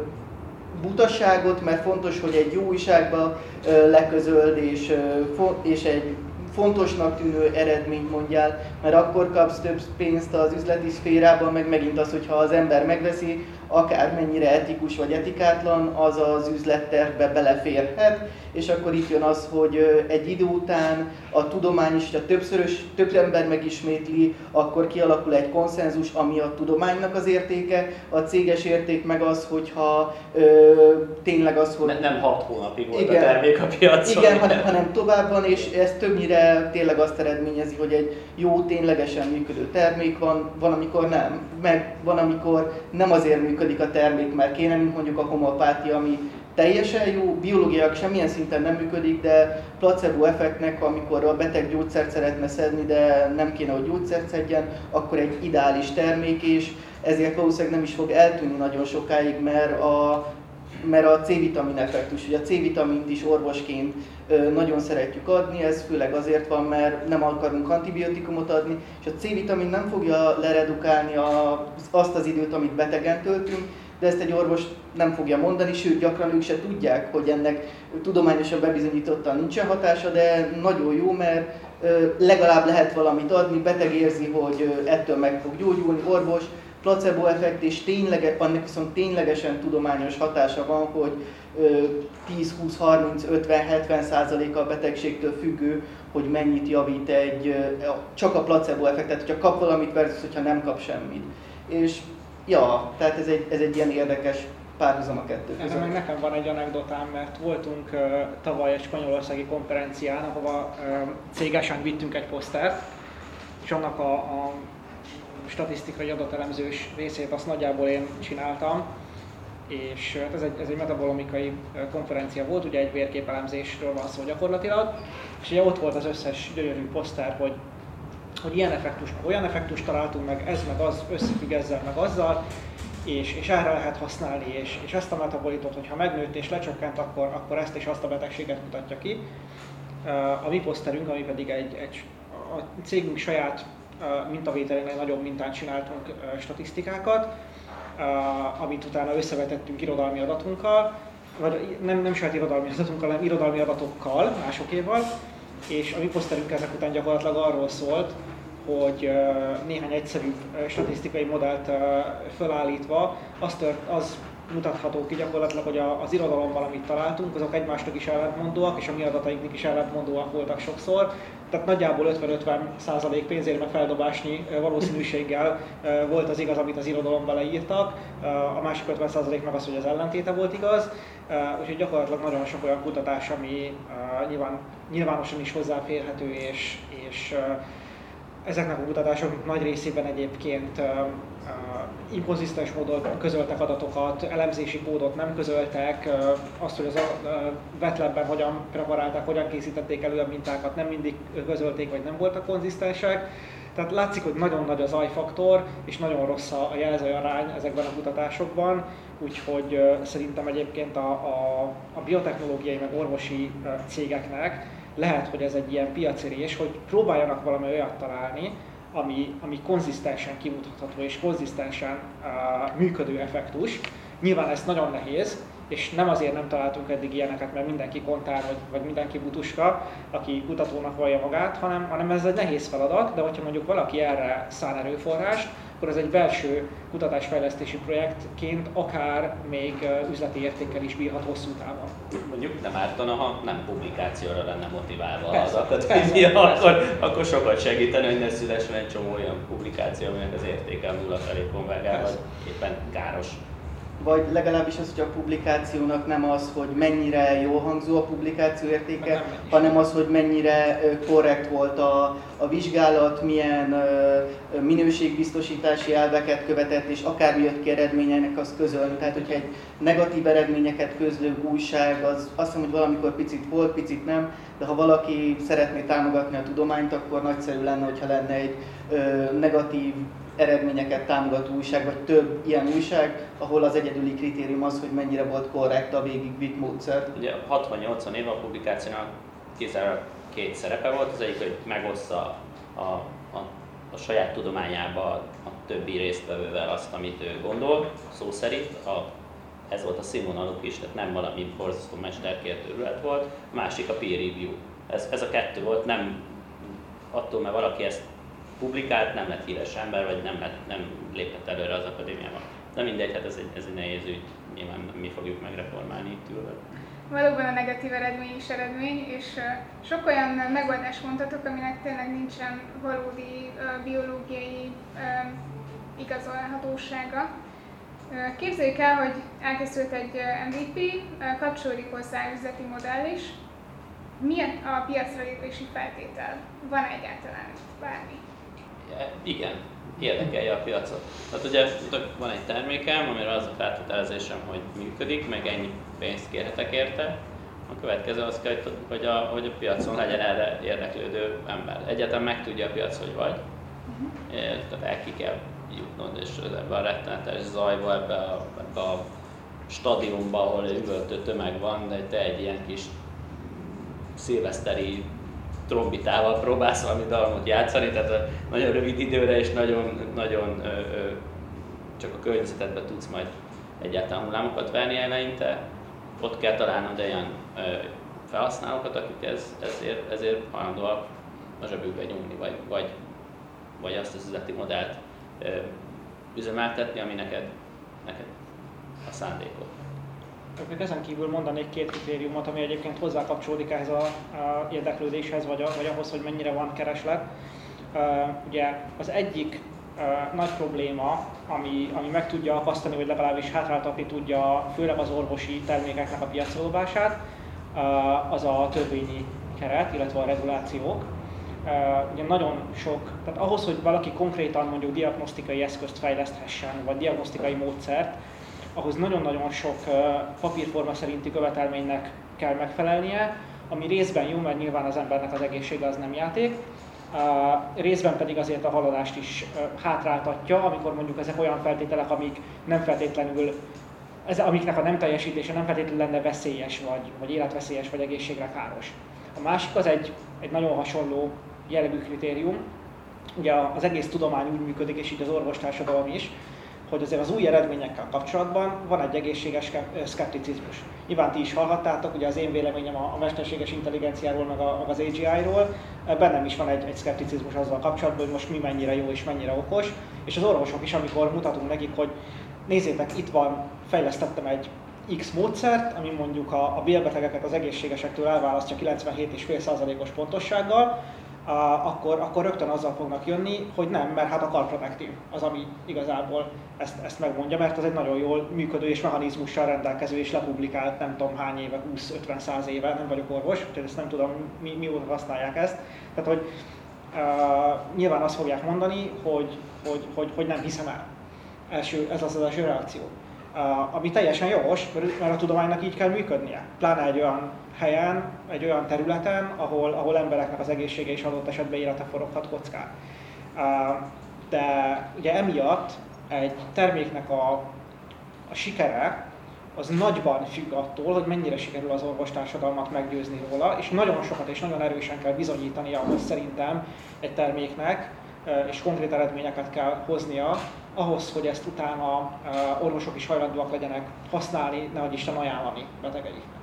butaságot, mert fontos, hogy egy jó újságba leközöld, és, és egy fontosnak tűnő eredményt mondjál, mert akkor kapsz több pénzt az üzleti szférában, meg megint az, hogyha az ember megveszi, akármennyire etikus vagy etikátlan, az az üzlettervbe beleférhet, és akkor itt jön az, hogy egy idő után a tudomány is, ha többszörös, több ember megismétli, akkor kialakul egy konszenzus, ami a tudománynak az értéke, a céges érték meg az, hogyha ö, tényleg az, hogy... Nem hat hónapig volt igen, a termék a piacon. Igen, hanem, hanem tovább van, és ez többnyire tényleg azt eredményezi, hogy egy jó, ténylegesen működő termék van, van, amikor nem, meg van, amikor nem azért működik a termék, mert kéne, mint mondjuk a homeopátia, ami teljesen jó, biológiailag semmilyen szinten nem működik, de placebo effektnek, amikor a beteg gyógyszert szeretne szedni, de nem kéne, hogy gyógyszert szedjen, akkor egy ideális termék, és ezért valószínűleg nem is fog eltűnni nagyon sokáig, mert a, mert a C-vitamin effektus, ugye a C-vitamint is orvosként nagyon szeretjük adni, ez főleg azért van, mert nem akarunk antibiotikumot adni, és a C-vitamin nem fogja leredukálni azt az időt, amit betegen töltünk, de ezt egy orvos nem fogja mondani, sőt gyakran ők se tudják, hogy ennek tudományosan bebizonyítottan nincsen hatása, de nagyon jó, mert legalább lehet valamit adni, beteg érzi, hogy ettől meg fog gyógyulni, orvos, placebo effekt, és tényleg, annak viszont ténylegesen tudományos hatása van, hogy tíz, húsz, harminc, ötven, hetven százaléka a betegségtől függő, hogy mennyit javít egy, csak a placebo effekt, tehát hogyha kap valamit versus, hogyha nem kap semmit. És ja, tehát ez egy, ez egy ilyen érdekes párhuzam a kettő között. Ezen meg nekem van egy anekdotám, mert voltunk uh, tavaly egy spanyolországi konferencián, ahova uh, cégesen vittünk egy posztert, és annak a, a statisztikai adatelemzős részét azt nagyjából én csináltam, és ez egy, ez egy metabolomikai konferencia volt, ugye egy vérképelemzésről van szó gyakorlatilag, és ugye ott volt az összes gyönyörű poszter, hogy hogy ilyen effektus, meg olyan effektust találtunk meg, ez meg az összefügg ezzel meg azzal, és, és erre lehet használni, és, és ezt a metabolitot, hogyha megnőtt és lecsökkent, akkor, akkor ezt és azt a betegséget mutatja ki. A mi poszterünk, ami pedig egy, egy a cégünk saját mintavételénél nagyobb mintán csináltunk statisztikákat, amit utána összevetettünk irodalmi adatunkkal, vagy nem, nem saját irodalmi adatunkkal, hanem irodalmi adatokkal, másokéval, és a mi poszterünk ezek után gyakorlatilag arról szólt, hogy néhány egyszerű statisztikai modellt felállítva az, tört, az mutatható ki gyakorlatilag, hogy az irodalomban, amit találtunk, azok egymásnak is ellentmondóak, és a mi adatainknak is ellentmondóak voltak sokszor. Tehát nagyjából ötven-ötven százalék pénzérme feldobásnyi valószínűséggel volt az igaz, amit az irodalomban leírtak, a másik ötven százalék meg az, hogy az ellentéte volt igaz. Úgyhogy gyakorlatilag nagyon sok olyan kutatás, ami nyilván, nyilvánosan is hozzáférhető, és, és ezeknek a kutatásoknak nagy részében egyébként uh, uh, inkonzisztens módon közöltek adatokat, elemzési kódot nem közöltek, uh, azt, hogy az uh, wet-labben hogyan preparálták, hogyan készítették elő a mintákat, nem mindig közölték, vagy nem voltak konzisztensek. Tehát látszik, hogy nagyon nagy az ajfaktor, és nagyon rossz a jelzőarány ezekben a kutatásokban, úgyhogy uh, szerintem egyébként a, a, a biotechnológiai meg orvosi uh, cégeknek lehet, hogy ez egy ilyen piacirés, hogy próbáljanak valami olyat találni, ami, ami konzisztensen kimutatható és konzisztensen uh, működő effektus. Nyilván ez nagyon nehéz, és nem azért nem találtunk eddig ilyeneket, mert mindenki kontár, vagy, vagy mindenki butuska, aki kutatónak vallja magát, hanem, hanem ez egy nehéz feladat, de hogyha mondjuk valaki erre szán erőforrást, akkor ez egy belső kutatásfejlesztési projektként akár még üzleti értékkel is bírhat hosszú távon. Mondjuk nem ártana, ha nem publikációra lenne motiválva persze, az adat, persze, persze. persze. Akkor, akkor sokat segítene, hogy ne szülessen egy csomó olyan publikáció, aminek az értéke nulla felé konvergál, vagy éppen káros. Vagy legalábbis az, hogy a publikációnak nem az, hogy mennyire jól hangzó a publikáció értéke, hanem az, hogy mennyire korrekt volt a, a vizsgálat, milyen uh, minőségbiztosítási elveket követett, és akármi jött ki eredményeinek, azt közölni. Tehát, hogyha egy negatív eredményeket közlő újság, az azt hiszem, hogy valamikor picit volt, picit nem, de ha valaki szeretné támogatni a tudományt, akkor nagyszerű lenne, hogyha lenne egy uh, negatív eredményeket támogató újság, vagy több ilyen újság, ahol az egyedüli kritérium az, hogy mennyire volt korrekt a végigvitt módszer. Ugye hatvan-nyolcvan éve a publikációnak kizárólag két szerepe volt, az egyik, hogy megossza a, a, a saját tudományába a többi résztvevővel azt, amit ő gondol, szó szerint. A, ez volt a színvonaluk is, tehát nem valami borzasztó mesterkért őrület volt. A másik a peer review. Ez, ez a kettő volt, nem attól, mert valaki ezt publikált, nem lett híres ember, vagy nem, lett, nem lépett előre az akadémiában. De mindegy, hát ez egy, ez egy nehéz ügy, nyilván mi fogjuk megreformálni itt ülve. Valóban a negatív eredmény is eredmény, és sok olyan megoldást mondhatok, aminek tényleg nincsen valódi biológiai igazolhatósága. Képzeljük el, hogy elkészült egy em vé pé, kapcsolódik hozzá üzleti modell is. Mi a piacra lépési feltétel? Van egyáltalán bármi? Igen, érdekelje a piacot. Tehát ugye van egy termékem, amire az a feltételezésem, hogy működik, meg ennyi pénzt kérhetek érte. A következő az kell, hogy a, hogy a piacon legyen erre érdeklődő ember. Egyáltalán megtudja a piac, hogy vagy. Uh-huh. Tehát el ki kell jutnod, és ebben a rettenetes zajba, ebbe a, ebbe a stadionba, ahol üvöltő tömeg van, de te egy ilyen kis szilveszteri trombitával próbálsz valami dalmot játszani, tehát nagyon rövid időre és nagyon, nagyon ö, ö, csak a környezetedben tudsz majd egyáltalán hullámokat verni eleinte. Ott kell találnod olyan ö, felhasználókat, akik ez, ezért, ezért hajlandóak a zsebükbe nyúlni, vagy, vagy, vagy azt az üzleti modellt ö, üzemeltetni, ami neked, neked a szándékod. Még ezen kívül mondanék két kritériumot, ami egyébként hozzá kapcsolódik ehhez a, a érdeklődéshez, vagy, a, vagy ahhoz, hogy mennyire van kereslet. Uh, ugye az egyik uh, nagy probléma, ami, ami meg tudja akasztani, vagy legalábbis hátráltatni tudja főleg az orvosi termékeknek a piacra dobását, uh, az a törvényi keret, illetve a regulációk. Uh, ugye nagyon sok, tehát ahhoz, hogy valaki konkrétan mondjuk diagnosztikai eszközt fejleszthessen, vagy diagnosztikai módszert, ahhoz nagyon-nagyon sok uh, papírforma szerinti követelménynek kell megfelelnie, ami részben jó, mert nyilván az embernek az egészsége az nem játék, uh, részben pedig azért a haladást is uh, hátráltatja, amikor mondjuk ezek olyan feltételek, amik nem feltétlenül, ez, amiknek a nem teljesítése nem feltétlenül lenne veszélyes, vagy, vagy életveszélyes, vagy egészségre káros. A másik az egy, egy nagyon hasonló jellegű kritérium. Ugye az egész tudomány úgy működik, és így az orvostársadalom is, hogy azért az új eredményekkel kapcsolatban van egy egészséges szkepticizmus. Nyilván ti is hallhattátok, ugye az én véleményem a mesterséges intelligenciáról, meg, a, meg az á gé í-ról, bennem is van egy, egy szkepticizmus azzal kapcsolatban, hogy most mi mennyire jó és mennyire okos, és az orvosok is, amikor mutatunk nekik, hogy nézzétek, itt van, fejlesztettem egy X módszert, ami mondjuk a, a bélbetegeket az egészségesektől elválasztja kilencvenhét egész öt százalékos pontossággal, Uh, akkor, akkor rögtön azzal fognak jönni, hogy nem, mert hát a Carpronectin az, ami igazából ezt, ezt megmondja, mert az egy nagyon jól működő és mechanizmussal rendelkező és lepublikált nem tudom hány éve, húsz-ötven-száz éve, nem vagyok orvos, úgyhogy ezt nem tudom, mi, mióta használják ezt. Tehát, hogy uh, nyilván azt fogják mondani, hogy, hogy, hogy, hogy nem hiszem el. Első, ez az az első reakció. Uh, ami teljesen jogos, mert a tudománynak így kell működnie. Pláne egy olyan helyen, egy olyan területen, ahol, ahol embereknek az egészsége és adott esetben élete foroghat kockán. Uh, de ugye emiatt egy terméknek a, a sikere az nagyban függ attól, hogy mennyire sikerül az orvostársadalmat meggyőzni róla, és nagyon sokat és nagyon erősen kell bizonyítania ahhoz szerintem egy terméknek, és konkrét eredményeket kell hoznia, ahhoz, hogy ezt utána orvosok is hajlandóak legyenek használni, nehogy Isten ajánlani betegeiknek.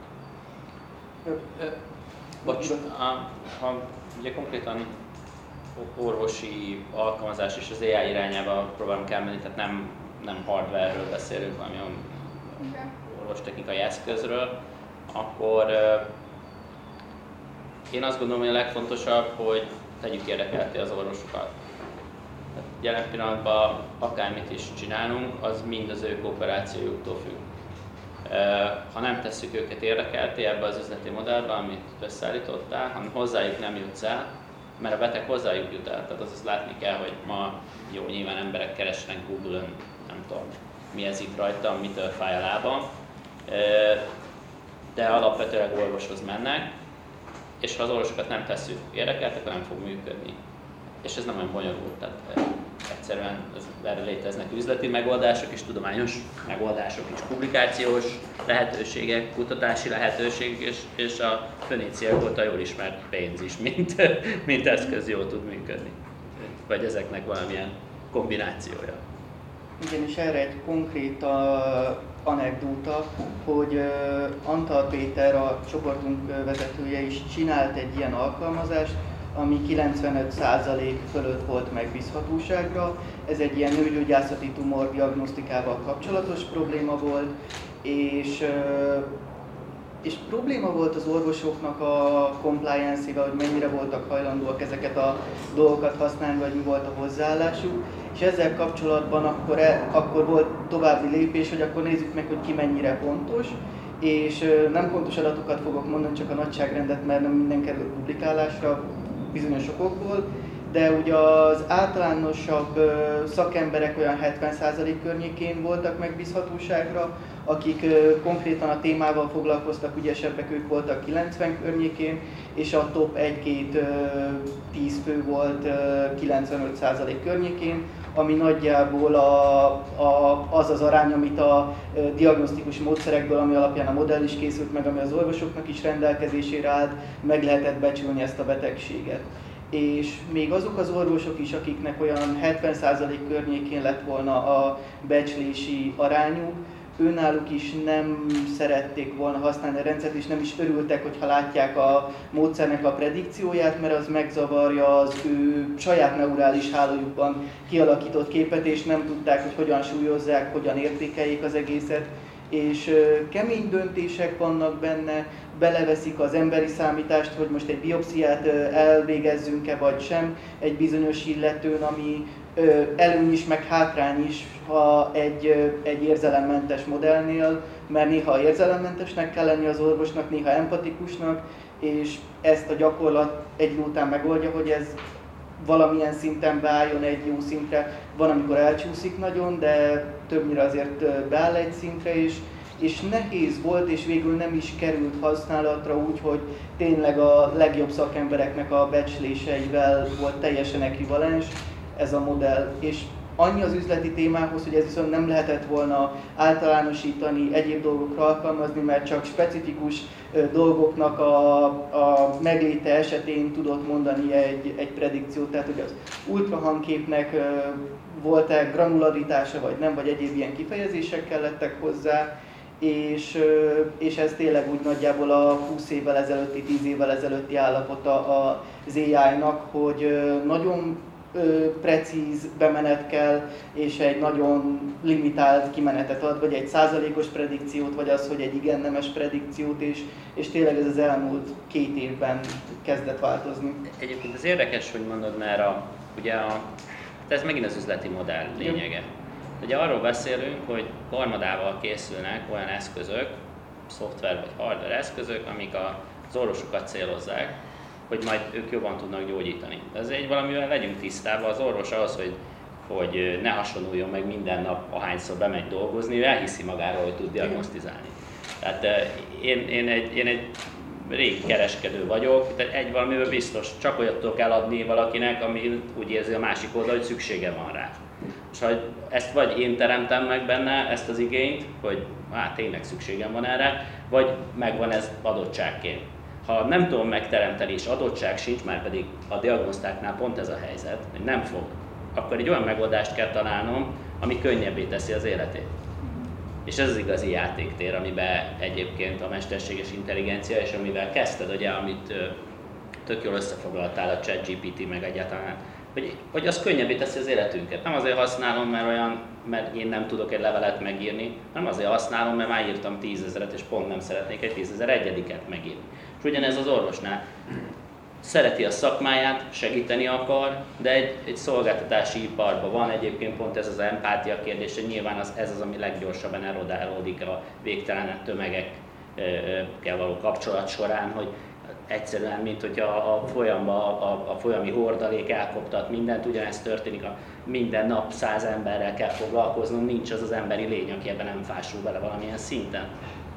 Bocs, ha ugye konkrétan orvosi alkalmazás és az á i irányába próbálunk elmenni, tehát nem, nem hardware-ről beszélünk, valami orvostechnikai eszközről, akkor én azt gondolom, hogy a legfontosabb, hogy tegyük érdekelté az orvosokat. Jelen pillanatban akármit is csinálunk, az mind az ő kooperációjuktól függ. Ha nem tesszük őket érdekelté ebbe az üzleti modellbe, amit összeállítottál, hanem hozzájuk nem jutsz el, mert a beteg hozzájuk jut el. Tehát azt látni kell, hogy ma jó, nyilván emberek keresnek Google-ön, nem tudom, mi ez itt rajtam, mitől fáj a lábam, de alapvetően orvoshoz mennek, és ha az orvosokat nem tesszük érdekeltek, akkor nem fog működni. És ez nem olyan bonyolult, tehát egyszerűen erre léteznek üzleti megoldások és tudományos megoldások is, publikációs lehetőségek, kutatási lehetőség, és, és a föníciák óta jól ismert pénz is, mint, mint eszköz jól tud működni. Vagy ezeknek valamilyen kombinációja. Igen, és erre egy konkrét uh, anekdóta, hogy uh, Antal Péter, a csoportunk uh, vezetője is csinált egy ilyen alkalmazást, ami kilencvenöt százalék fölött volt megbízhatóságra. Ez egy ilyen nőgyógyászati tumor diagnosztikával kapcsolatos probléma volt, és, uh, és probléma volt az orvosoknak a compliance-ével, hogy mennyire voltak hajlandóak ezeket a dolgokat használni, vagy mi volt a hozzáállásuk. És ezzel kapcsolatban akkor, e, akkor volt további lépés, hogy akkor nézzük meg, hogy ki mennyire pontos, és nem pontos adatokat fogok mondani, csak a nagyságrendet, mert nem minden kerül publikálásra bizonyos okokból, de ugye az általánosabb szakemberek olyan hetven százalék környékén voltak megbízhatóságra, akik konkrétan a témával foglalkoztak, ügyesebbek, ők voltak kilencven környékén, és a top egy-két tíz fő volt kilencvenöt százalék környékén, ami nagyjából a, a, az az arány, amit a diagnosztikus módszerekből, ami alapján a modell is készült meg, ami az orvosoknak is rendelkezésére állt, meg lehetett becsülni ezt a betegséget. És még azok az orvosok is, akiknek olyan hetven százalék környékén lett volna a becslési arányuk, őnáluk is nem szerették volna használni a rendszert, és nem is örültek, hogyha látják a módszernek a predikcióját, mert az megzavarja az ő saját neurális hálójukban kialakított képet, és nem tudták, hogy hogyan súlyozzák, hogyan értékeljék az egészet. És kemény döntések vannak benne, beleveszik az emberi számítást, hogy most egy biopsziát elvégezzünk-e vagy sem egy bizonyos illetőn, ami előny is, meg hátrány is, ha egy, egy érzelemmentes modellnél, mert néha érzelemmentesnek kell lenni az orvosnak, néha empatikusnak, és ezt a gyakorlat egy idő után megoldja, hogy ez valamilyen szinten beálljon egy jó szintre. Van, amikor elcsúszik nagyon, de többnyire azért beáll egy szintre is, és nehéz volt, és végül nem is került használatra úgy, hogy tényleg a legjobb szakembereknek a becsléseivel volt teljesen ekvivalens ez a modell. És annyi az üzleti témához, hogy ez viszont nem lehetett volna általánosítani, egyéb dolgokra alkalmazni, mert csak specifikus dolgoknak a, a megléte esetén tudott mondani egy, egy predikciót. Tehát, hogy az ultrahangképnek volt-e granularitása, vagy nem, vagy egyéb ilyen kifejezések kellettek hozzá, és, és ez tényleg úgy nagyjából a húsz évvel ezelőtti, tíz évvel ezelőtti állapota az á í-nak, hogy nagyon precíz bemenet kell, és egy nagyon limitált kimenetet ad, vagy egy százalékos predikciót, vagy az, hogy egy igen nemes predikciót, és, és tényleg ez az elmúlt két évben kezdett változni. Egyébként az érdekes, hogy mondod, mert a, ugye a, ez megint az üzleti modell lényege. Ugye arról beszélünk, hogy harmadával készülnek olyan eszközök, szoftver vagy hardware eszközök, amik az orvosokat célozzák, hogy majd ők jobban tudnak gyógyítani. De azért valamivel legyünk tisztában, az orvos ahhoz, hogy, hogy ne hasonuljon meg minden nap, ahányszor bemegy dolgozni, ő elhiszi magáról, hogy tud diagnosztizálni. Tehát én, én, egy, én egy régi kereskedő vagyok, tehát egy valamivel biztos, csak olyat tudok eladni valakinek, ami úgy érzi a másik oldal, hogy szüksége van rá. És hogy ezt vagy én teremtem meg benne, ezt az igényt, hogy hát tényleg szükségem van erre, vagy megvan ez adottságként. Ha nem tudom megteremteni és adottság sincs, már pedig a diagnosztáknál pont ez a helyzet, hogy nem fog, akkor egy olyan megoldást kell találnom, ami könnyebbé teszi az életét. És ez az igazi játéktér, amiben egyébként a mesterséges intelligencia, és amivel kezdted, ugye, amit tök jól összefoglaltál a ChatGPT meg egyáltalán, hogy, hogy az könnyebbé teszi az életünket. Nem azért használom, mert olyan, mert én nem tudok egy levelet megírni, hanem azért használom, mert már írtam tízezret, és pont nem szeretnék egy tízezer egyediket megírni. És ugyanez az orvosnál. Szereti a szakmáját, segíteni akar, de egy, egy szolgáltatási iparban van egyébként pont ez az empátia kérdése, nyilván az, ez az, ami leggyorsabban erodálódik a végtelen tömegekkel való kapcsolat során, hogy egyszerűen, mint hogyha a, folyamba, a, a folyami hordalék elkoptat mindent, ugyanezt történik, a minden nap száz emberrel kell foglalkoznom, nincs az az emberi lény, aki ebben nem fásul bele valamilyen szinten.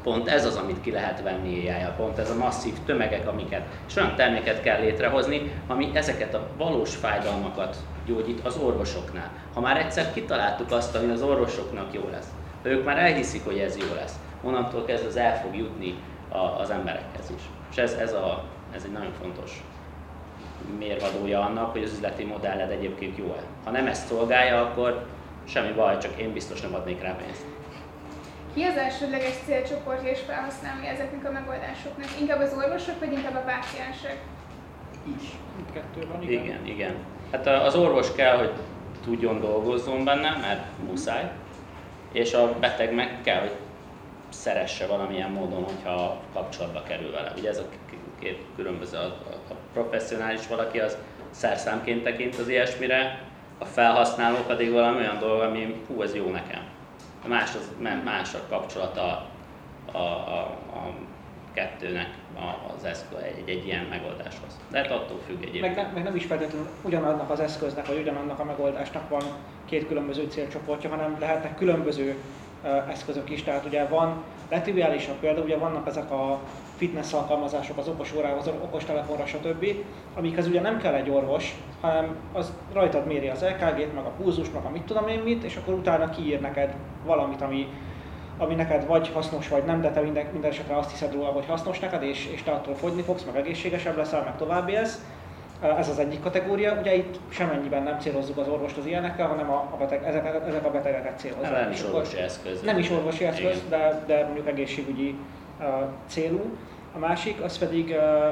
pont ez az, amit ki lehet venni á i-jal, pont ez a masszív tömegek, amiket, és olyan terméket kell létrehozni, ami ezeket a valós fájdalmakat gyógyít az orvosoknál. Ha már egyszer kitaláltuk azt, ami az orvosoknak jó lesz, ha ők már elhiszik, hogy ez jó lesz, onnantól kezdve ez el fog jutni a, az emberekhez is. És ez, ez, a, ez egy nagyon fontos mérvadója annak, hogy az üzleti modelled egyébként jó-e. Ha nem ezt szolgálja, akkor semmi baj, csak én biztos nem adnék rá pénzt. Ki az elsődleges célcsoportja és felhasználója ezeknek a megoldásoknak? Inkább az orvosok, vagy inkább a páciensek? Így. Kettő van, igen. Igen, igen. Hát az orvos kell, hogy tudjon dolgozzon benne, mert muszáj, és a beteg meg kell, hogy szeresse valamilyen módon, hogyha kapcsolatba kerül vele. Ugye ez a két különböző, a, a professzionális valaki az szerszámként tekint az ilyesmire, a felhasználó pedig valami olyan dolog, ami hú, ez jó nekem. A más, az, más a kapcsolata a, a, a kettőnek az eszköz egy, egy ilyen megoldáshoz. De hát attól függ egyébként. Meg, ne, meg nem is feltétlenül ugyanannak az eszköznek, vagy ugyanannak a megoldásnak van két különböző célcsoportja, hanem lehetnek különböző uh, eszközök is. Tehát ugye van letriviálisabb példa, ugye vannak ezek a fitness alkalmazások az okos órához, okostelefonra, stb., amikhez ugye nem kell egy orvos, hanem az rajtad méri az é ká gét, meg a pulzust, meg a mit tudom én mit, és akkor utána kiír neked valamit, ami, ami neked vagy hasznos, vagy nem, de te minden, minden esetre azt hiszed róla, hogy hasznos neked, és, és te attól fogyni fogsz, meg egészségesebb leszel, meg tovább élsz. Ez az egyik kategória. Ugye itt semennyiben nem célozzuk az orvost az ilyenekkel, hanem a, a beteg, ezek, ezek a betegeket célozzák. Nem is orvosi eszköz. Nem is orvosi eszköz, de, de mondjuk egészségügyi uh, célú. A másik, az pedig, uh,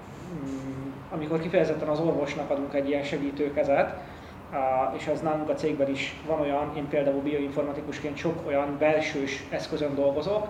amikor kifejezetten az orvosnak adunk egy ilyen segítőkezet, uh, és az nálunk a cégben is van olyan, én például bioinformatikusként sok olyan belsős eszközön dolgozok,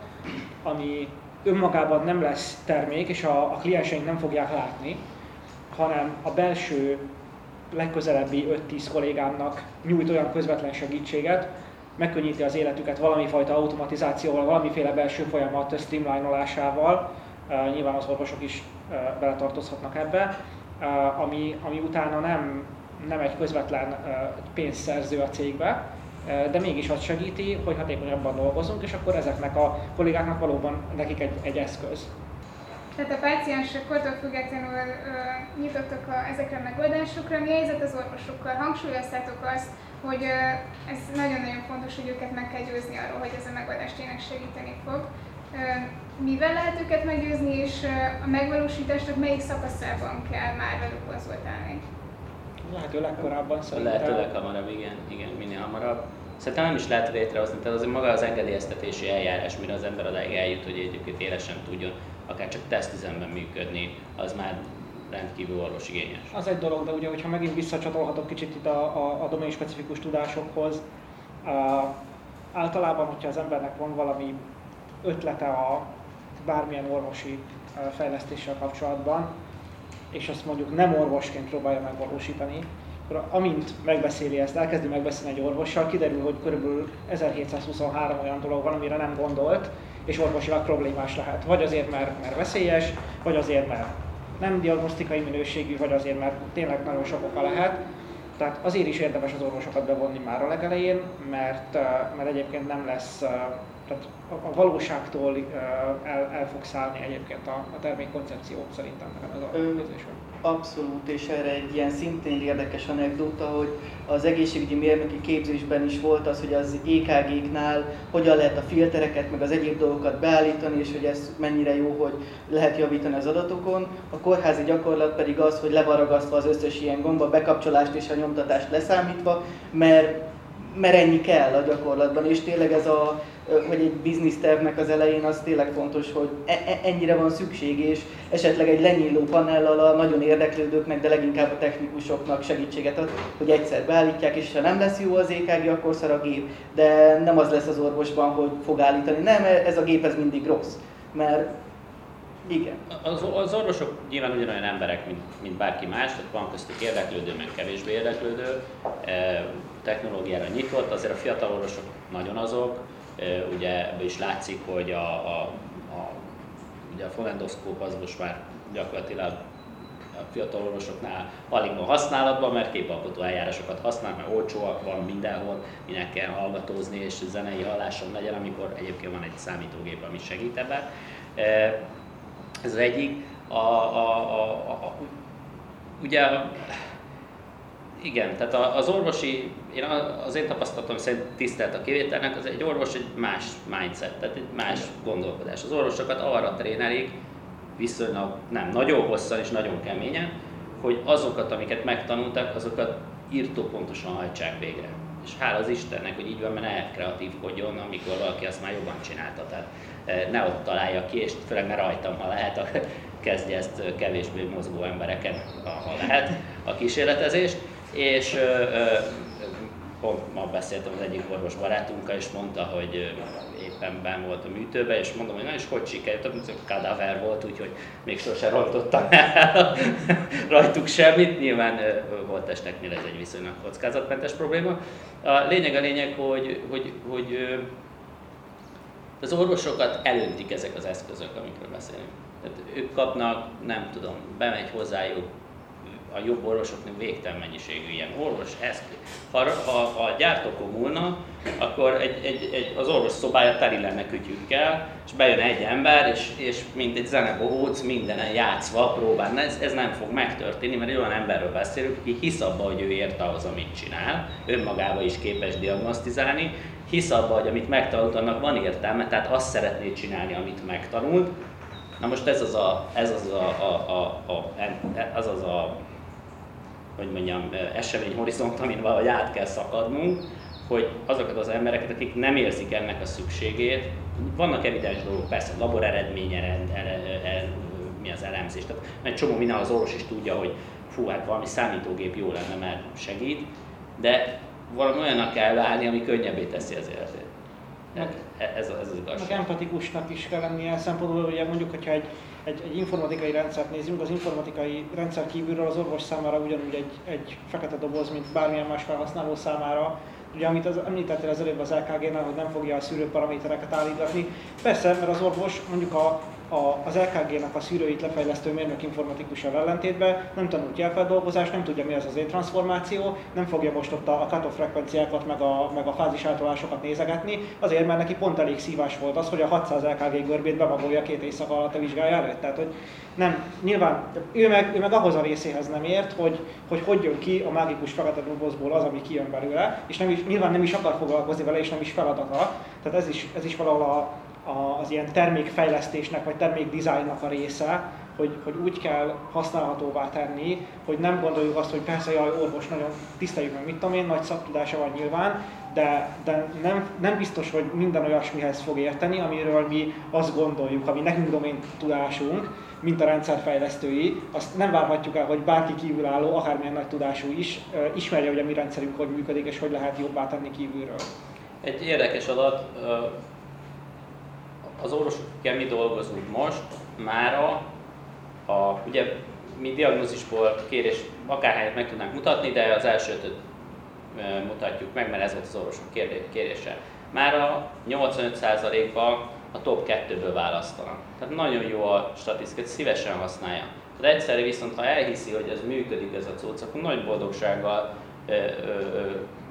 ami önmagában nem lesz termék, és a, a klienseink nem fogják látni, hanem a belső legközelebbi öt-tíz kollégámnak nyújt olyan közvetlen segítséget, megkönnyíti az életüket valamifajta automatizációval, valamiféle belső folyamat streamline-olásával, uh, nyilván az orvosok is uh, beletartozhatnak ebbe, uh, ami, ami utána nem, nem egy közvetlen uh, pénzszerző a cégbe, uh, de mégis azt segíti, hogy hatékonyabban dolgozunk, és akkor ezeknek a kollégáknak valóban nekik egy, egy eszköz. Tehát a páciensek kortól függetlenül ö, nyitottak a, ezekre a megoldásokra. Mi a helyzet az orvosokkal? Hangsúlyoztátok azt, hogy ö, ez nagyon-nagyon fontos, hogy őket meg kell győzni arról, hogy ez a megoldás tényleg segíteni fog. Ö, mivel lehet őket meggyőzni, és ö, a megvalósításnak melyik szakaszában kell már velük konzultálni? Lehető legkorábban szerintem. Lehető leghamarabb, igen, igen, minél hamarabb. Szerintem nem is lehet létrehozni, tehát azért maga az engedélyeztetési eljárás, mire az ember odáig eljut, hogy egyébként élesen tudjon akár csak tesztüzemben működni, az már rendkívül orvosigényes. Az egy dolog, de ugye, hogyha megint visszacsatolhatok kicsit itt a, a, a domain specifikus tudásokhoz, uh, általában, hogyha az embernek van valami ötlete a bármilyen orvosi uh, fejlesztéssel kapcsolatban, és azt mondjuk nem orvosként próbálja megvalósítani, akkor amint megbeszéli ezt, elkezdi megbeszélni egy orvossal, kiderül, hogy körülbelül ezerhétszázhuszonhárom olyan dolog van, amire nem gondolt, és orvosilag problémás lehet. Vagy azért, mert, mert veszélyes, vagy azért, mert nem diagnosztikai minőségű, vagy azért, mert tényleg nagyon sok oka lehet. Tehát azért is érdemes az orvosokat bevonni már a legelején, mert, mert egyébként nem lesz, tehát a valóságtól el, el fog szállni egyébként a, a termékkoncepció, szerintem nekem ez a kérdésem. Abszolút, és erre egy ilyen szintén érdekes anekdóta, hogy az egészségügyi mérnöki képzésben is volt az, hogy az é ká géknál hogyan lehet a filtereket, meg az egyéb dolgokat beállítani, és hogy ez mennyire jó, hogy lehet javítani az adatokon. A kórházi gyakorlat pedig az, hogy le van ragasztva az összes ilyen gomba, bekapcsolást és a nyomtatást leszámítva, mert, mert ennyi kell a gyakorlatban, és tényleg ez a hogy egy biznisztervnek az elején az tényleg fontos, hogy ennyire van szükség, és esetleg egy lenyíló panellal a nagyon érdeklődőknek, de leginkább a technikusoknak segítséget ad, hogy egyszer beállítják, és ha nem lesz jó az é ká gé, akkor szar a gép. De nem az lesz az orvosban, hogy fog állítani. Nem, ez a gép ez mindig rossz. Mert igen. Az, az orvosok nyilván ugyanolyan emberek, mint, mint bárki más, tehát van köztük érdeklődő, meg kevésbé érdeklődő, technológiára nyitott, azért a fiatal orvosok nagyon azok. Ugye ebből is látszik, hogy a, a, a, ugye a fonendoszkóp az most már gyakorlatilag fiatal orvosoknál alig van használatban, mert képalkotó eljárásokat használ, mert olcsóak van mindenhol, minek kell hallgatózni és zenei hallásom legyen, amikor egyébként van egy számítógép, ami segít ebben. Ez az egyik. A, a, a, a, ugye igen, tehát az orvosi, én az én tapasztalatom szerint tisztelt a kivételnek, az egy orvos egy más mindset, tehát egy más gondolkodás. Az orvosokat arra trénelik, viszonylag nem nagyon hosszan és nagyon keményen, hogy azokat, amiket megtanultak, azokat írtó pontosan hajtsák végre. És hála az Istennek, hogy így van, mert ne kreatívkodjon, amikor valaki azt már jobban csinálta. Tehát ne ott találja ki, és főleg ne rajtam, ha lehet, kezdje ezt kevésbé mozgó embereken, ha lehet, a kísérletezést. És pont ma beszéltem az egyik orvos barátunkkal, és mondta, hogy éppen benn volt a műtőben, és mondom, hogy na és hogy sikerült, kadaver volt, úgyhogy még sosem rontottam el rajtuk semmit. Nyilván volt testeknél ez egy viszonylag kockázatmentes probléma. A lényeg a lényeg, hogy, hogy, hogy az orvosokat elöntik ezek az eszközök, amikről beszélünk. Tehát ők kapnak, nem tudom, bemegy hozzájuk a jobb orvosoknak végtelen mennyiségű ilyen orvos eszköz. Ha, ha, ha a gyártókon múlna, akkor egy, egy, egy, az orvos szobája teli lenne kütyükkel, és bejön egy ember, és, és mint egy zenebohóc mindenen játszva próbálna. Ez, ez nem fog megtörténni, mert egy olyan emberről beszélünk, aki hisz abba, hogy ő ért ahhoz, amit csinál, önmagában is képes diagnosztizálni, hisz abba, hogy amit megtanult, annak van értelme, tehát azt szeretné csinálni, amit megtanult. Na most ez az a, ez az a, a, a, a, az az a hogy mondjam, eseményhorizont, amin valahogy át kell szakadnunk, hogy azokat az embereket, akik nem érzik ennek a szükségét, vannak evidens dolgok, persze labor eredménye, mi az elemzés, tehát egy csomó minden az orvos is tudja, hogy fú, hát valami számítógép jó lenne, mert segít, de valami olyannak kell válni, ami könnyebbé teszi az életét. Ez, ez az igazság. Meg empatikusnak is kell lenni ilyen szempontból, ugye mondjuk, hogyha egy, egy, egy informatikai rendszert nézünk, az informatikai rendszer kívülről az orvos számára ugyanúgy egy, egy fekete doboz, mint bármilyen más felhasználó számára. Ugye, amit az, említettél az előbb az é ká gé-nál, hogy nem fogja a szűrőparamétereket állítani. Persze, mert az orvos mondjuk a, a, az é ká gé-nek a szűrőit lefejlesztő mérnök informatikussal ellentétben nem tanult jelfeldolgozást, nem tudja mi az az Z-transformáció, nem fogja most ott a, a cut-off frekvenciákat meg a, meg a fázis általásokat nézegetni, azért mert neki pont elég szívás volt az, hogy a hatszáz é ká gé görbét bemagolja két éjszaka alatt a vizsgája előtt. Tehát, hogy nem, nyilván ő meg, ő meg ahhoz a részéhez nem ért, hogy hogy, hogy jön ki a mágikus fekete dobozból az, ami kijön belőle, és nem is, nyilván nem is akar foglalkozni vele, és nem is feladata. Tehát ez is, ez is valahol a, a, az ilyen termékfejlesztésnek, vagy termékdizájnnak a része, hogy, hogy úgy kell használhatóvá tenni, hogy nem gondoljuk azt, hogy persze, jaj, orvos, nagyon tiszteljük meg, mit tudom én, nagy szaktudása van nyilván, de, de nem, nem biztos, hogy minden olyasmihez fog érteni, amiről mi azt gondoljuk, ami nekünk domén tudásunk, mint a rendszerfejlesztői, azt nem várhatjuk el, hogy bárki kívülálló, akármilyen nagy tudású is ismerje, hogy a mi rendszerünk hogy működik, és hogy lehet jobbá tenni kívülről. Egy érdekes adat, az orvosokkel mi dolgozunk most, mára, a, ugye mi diagnózisból kérés akárhányat meg tudnánk mutatni, de az első ötöt mutatjuk meg, mert ez volt az orvosok kérése. Mára nyolcvanöt százalékban a top kettőből választanak. Tehát nagyon jó a statisztika, szívesen használja. Tehát egyszerre viszont, ha elhiszi, hogy ez működik ez a cucc, akkor nagy boldogsággal ö, ö, ö,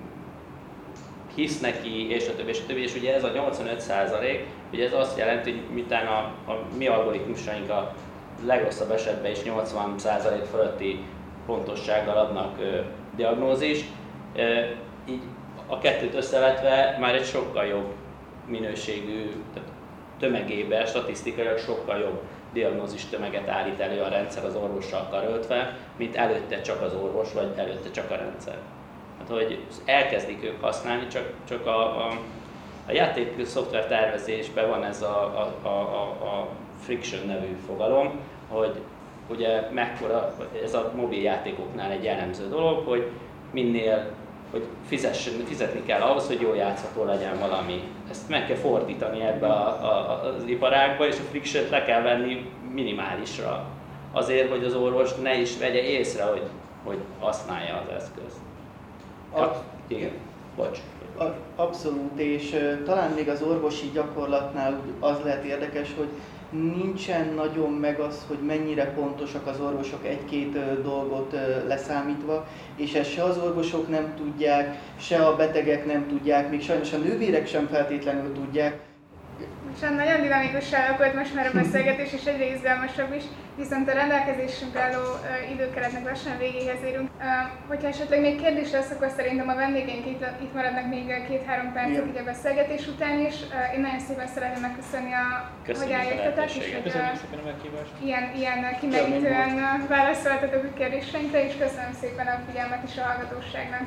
hisz neki, és a többi, és a többi. És ugye ez a nyolcvanöt százalék, ugye ez azt jelenti, hogy miután a, a mi algoritmusaink a legrosszabb esetben is nyolcvan százalék fölötti pontossággal adnak ö, diagnózist, ö, így a kettőt összevetve már egy sokkal jobb minőségű, tehát tömegében, statisztikailag sokkal jobb diagnózis tömeget állít elő a rendszer az orvossal karöltve, mint előtte csak az orvos, vagy előtte csak a rendszer. Hát, hogy elkezdik ők használni, csak, csak a, a, a játék szoftver tervezésben van ez a, a, a, a friction nevű fogalom, hogy ugye mekkora, ez a mobil játékoknál egy jellemző dolog, hogy minél hogy fizessen, fizetni kell ahhoz, hogy jól játszható legyen valami. Ezt meg kell fordítani ebbe a, a, az iparágba, és a friction-t le kell venni minimálisra. Azért, hogy az orvos ne is vegye észre, hogy, hogy használja az eszközt. A, igen, bocs. A, abszolút, és uh, talán még az orvosi gyakorlatnál az lehet érdekes, hogy nincsen nagyon meg az, hogy mennyire pontosak az orvosok egy-két dolgot leszámítva, és ezt se az orvosok nem tudják, se a betegek nem tudják, még sajnos a nővérek sem feltétlenül tudják. És nagyon dinamikus alakult most már a beszélgetés, és egyre izgalmasabb is, viszont a rendelkezésünkre álló uh, időkeretnek lassan végéhez érünk. Uh, hogyha esetleg még kérdés lesz, akkor szerintem a vendégeink itt, itt maradnak még két-három percig így a beszélgetés után is. Uh, én nagyon szépen szeretném megköszönni, a, hogy eljöttetek, és hogy uh, ilyen, ilyen kimerítően válaszoltatok a kérdéseinkre, és köszönöm szépen a figyelmet is a hallgatóságnak.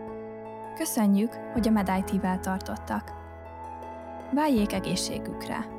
Köszönjük, hogy a MedIT-vel tartottak. Váljék egészségükre!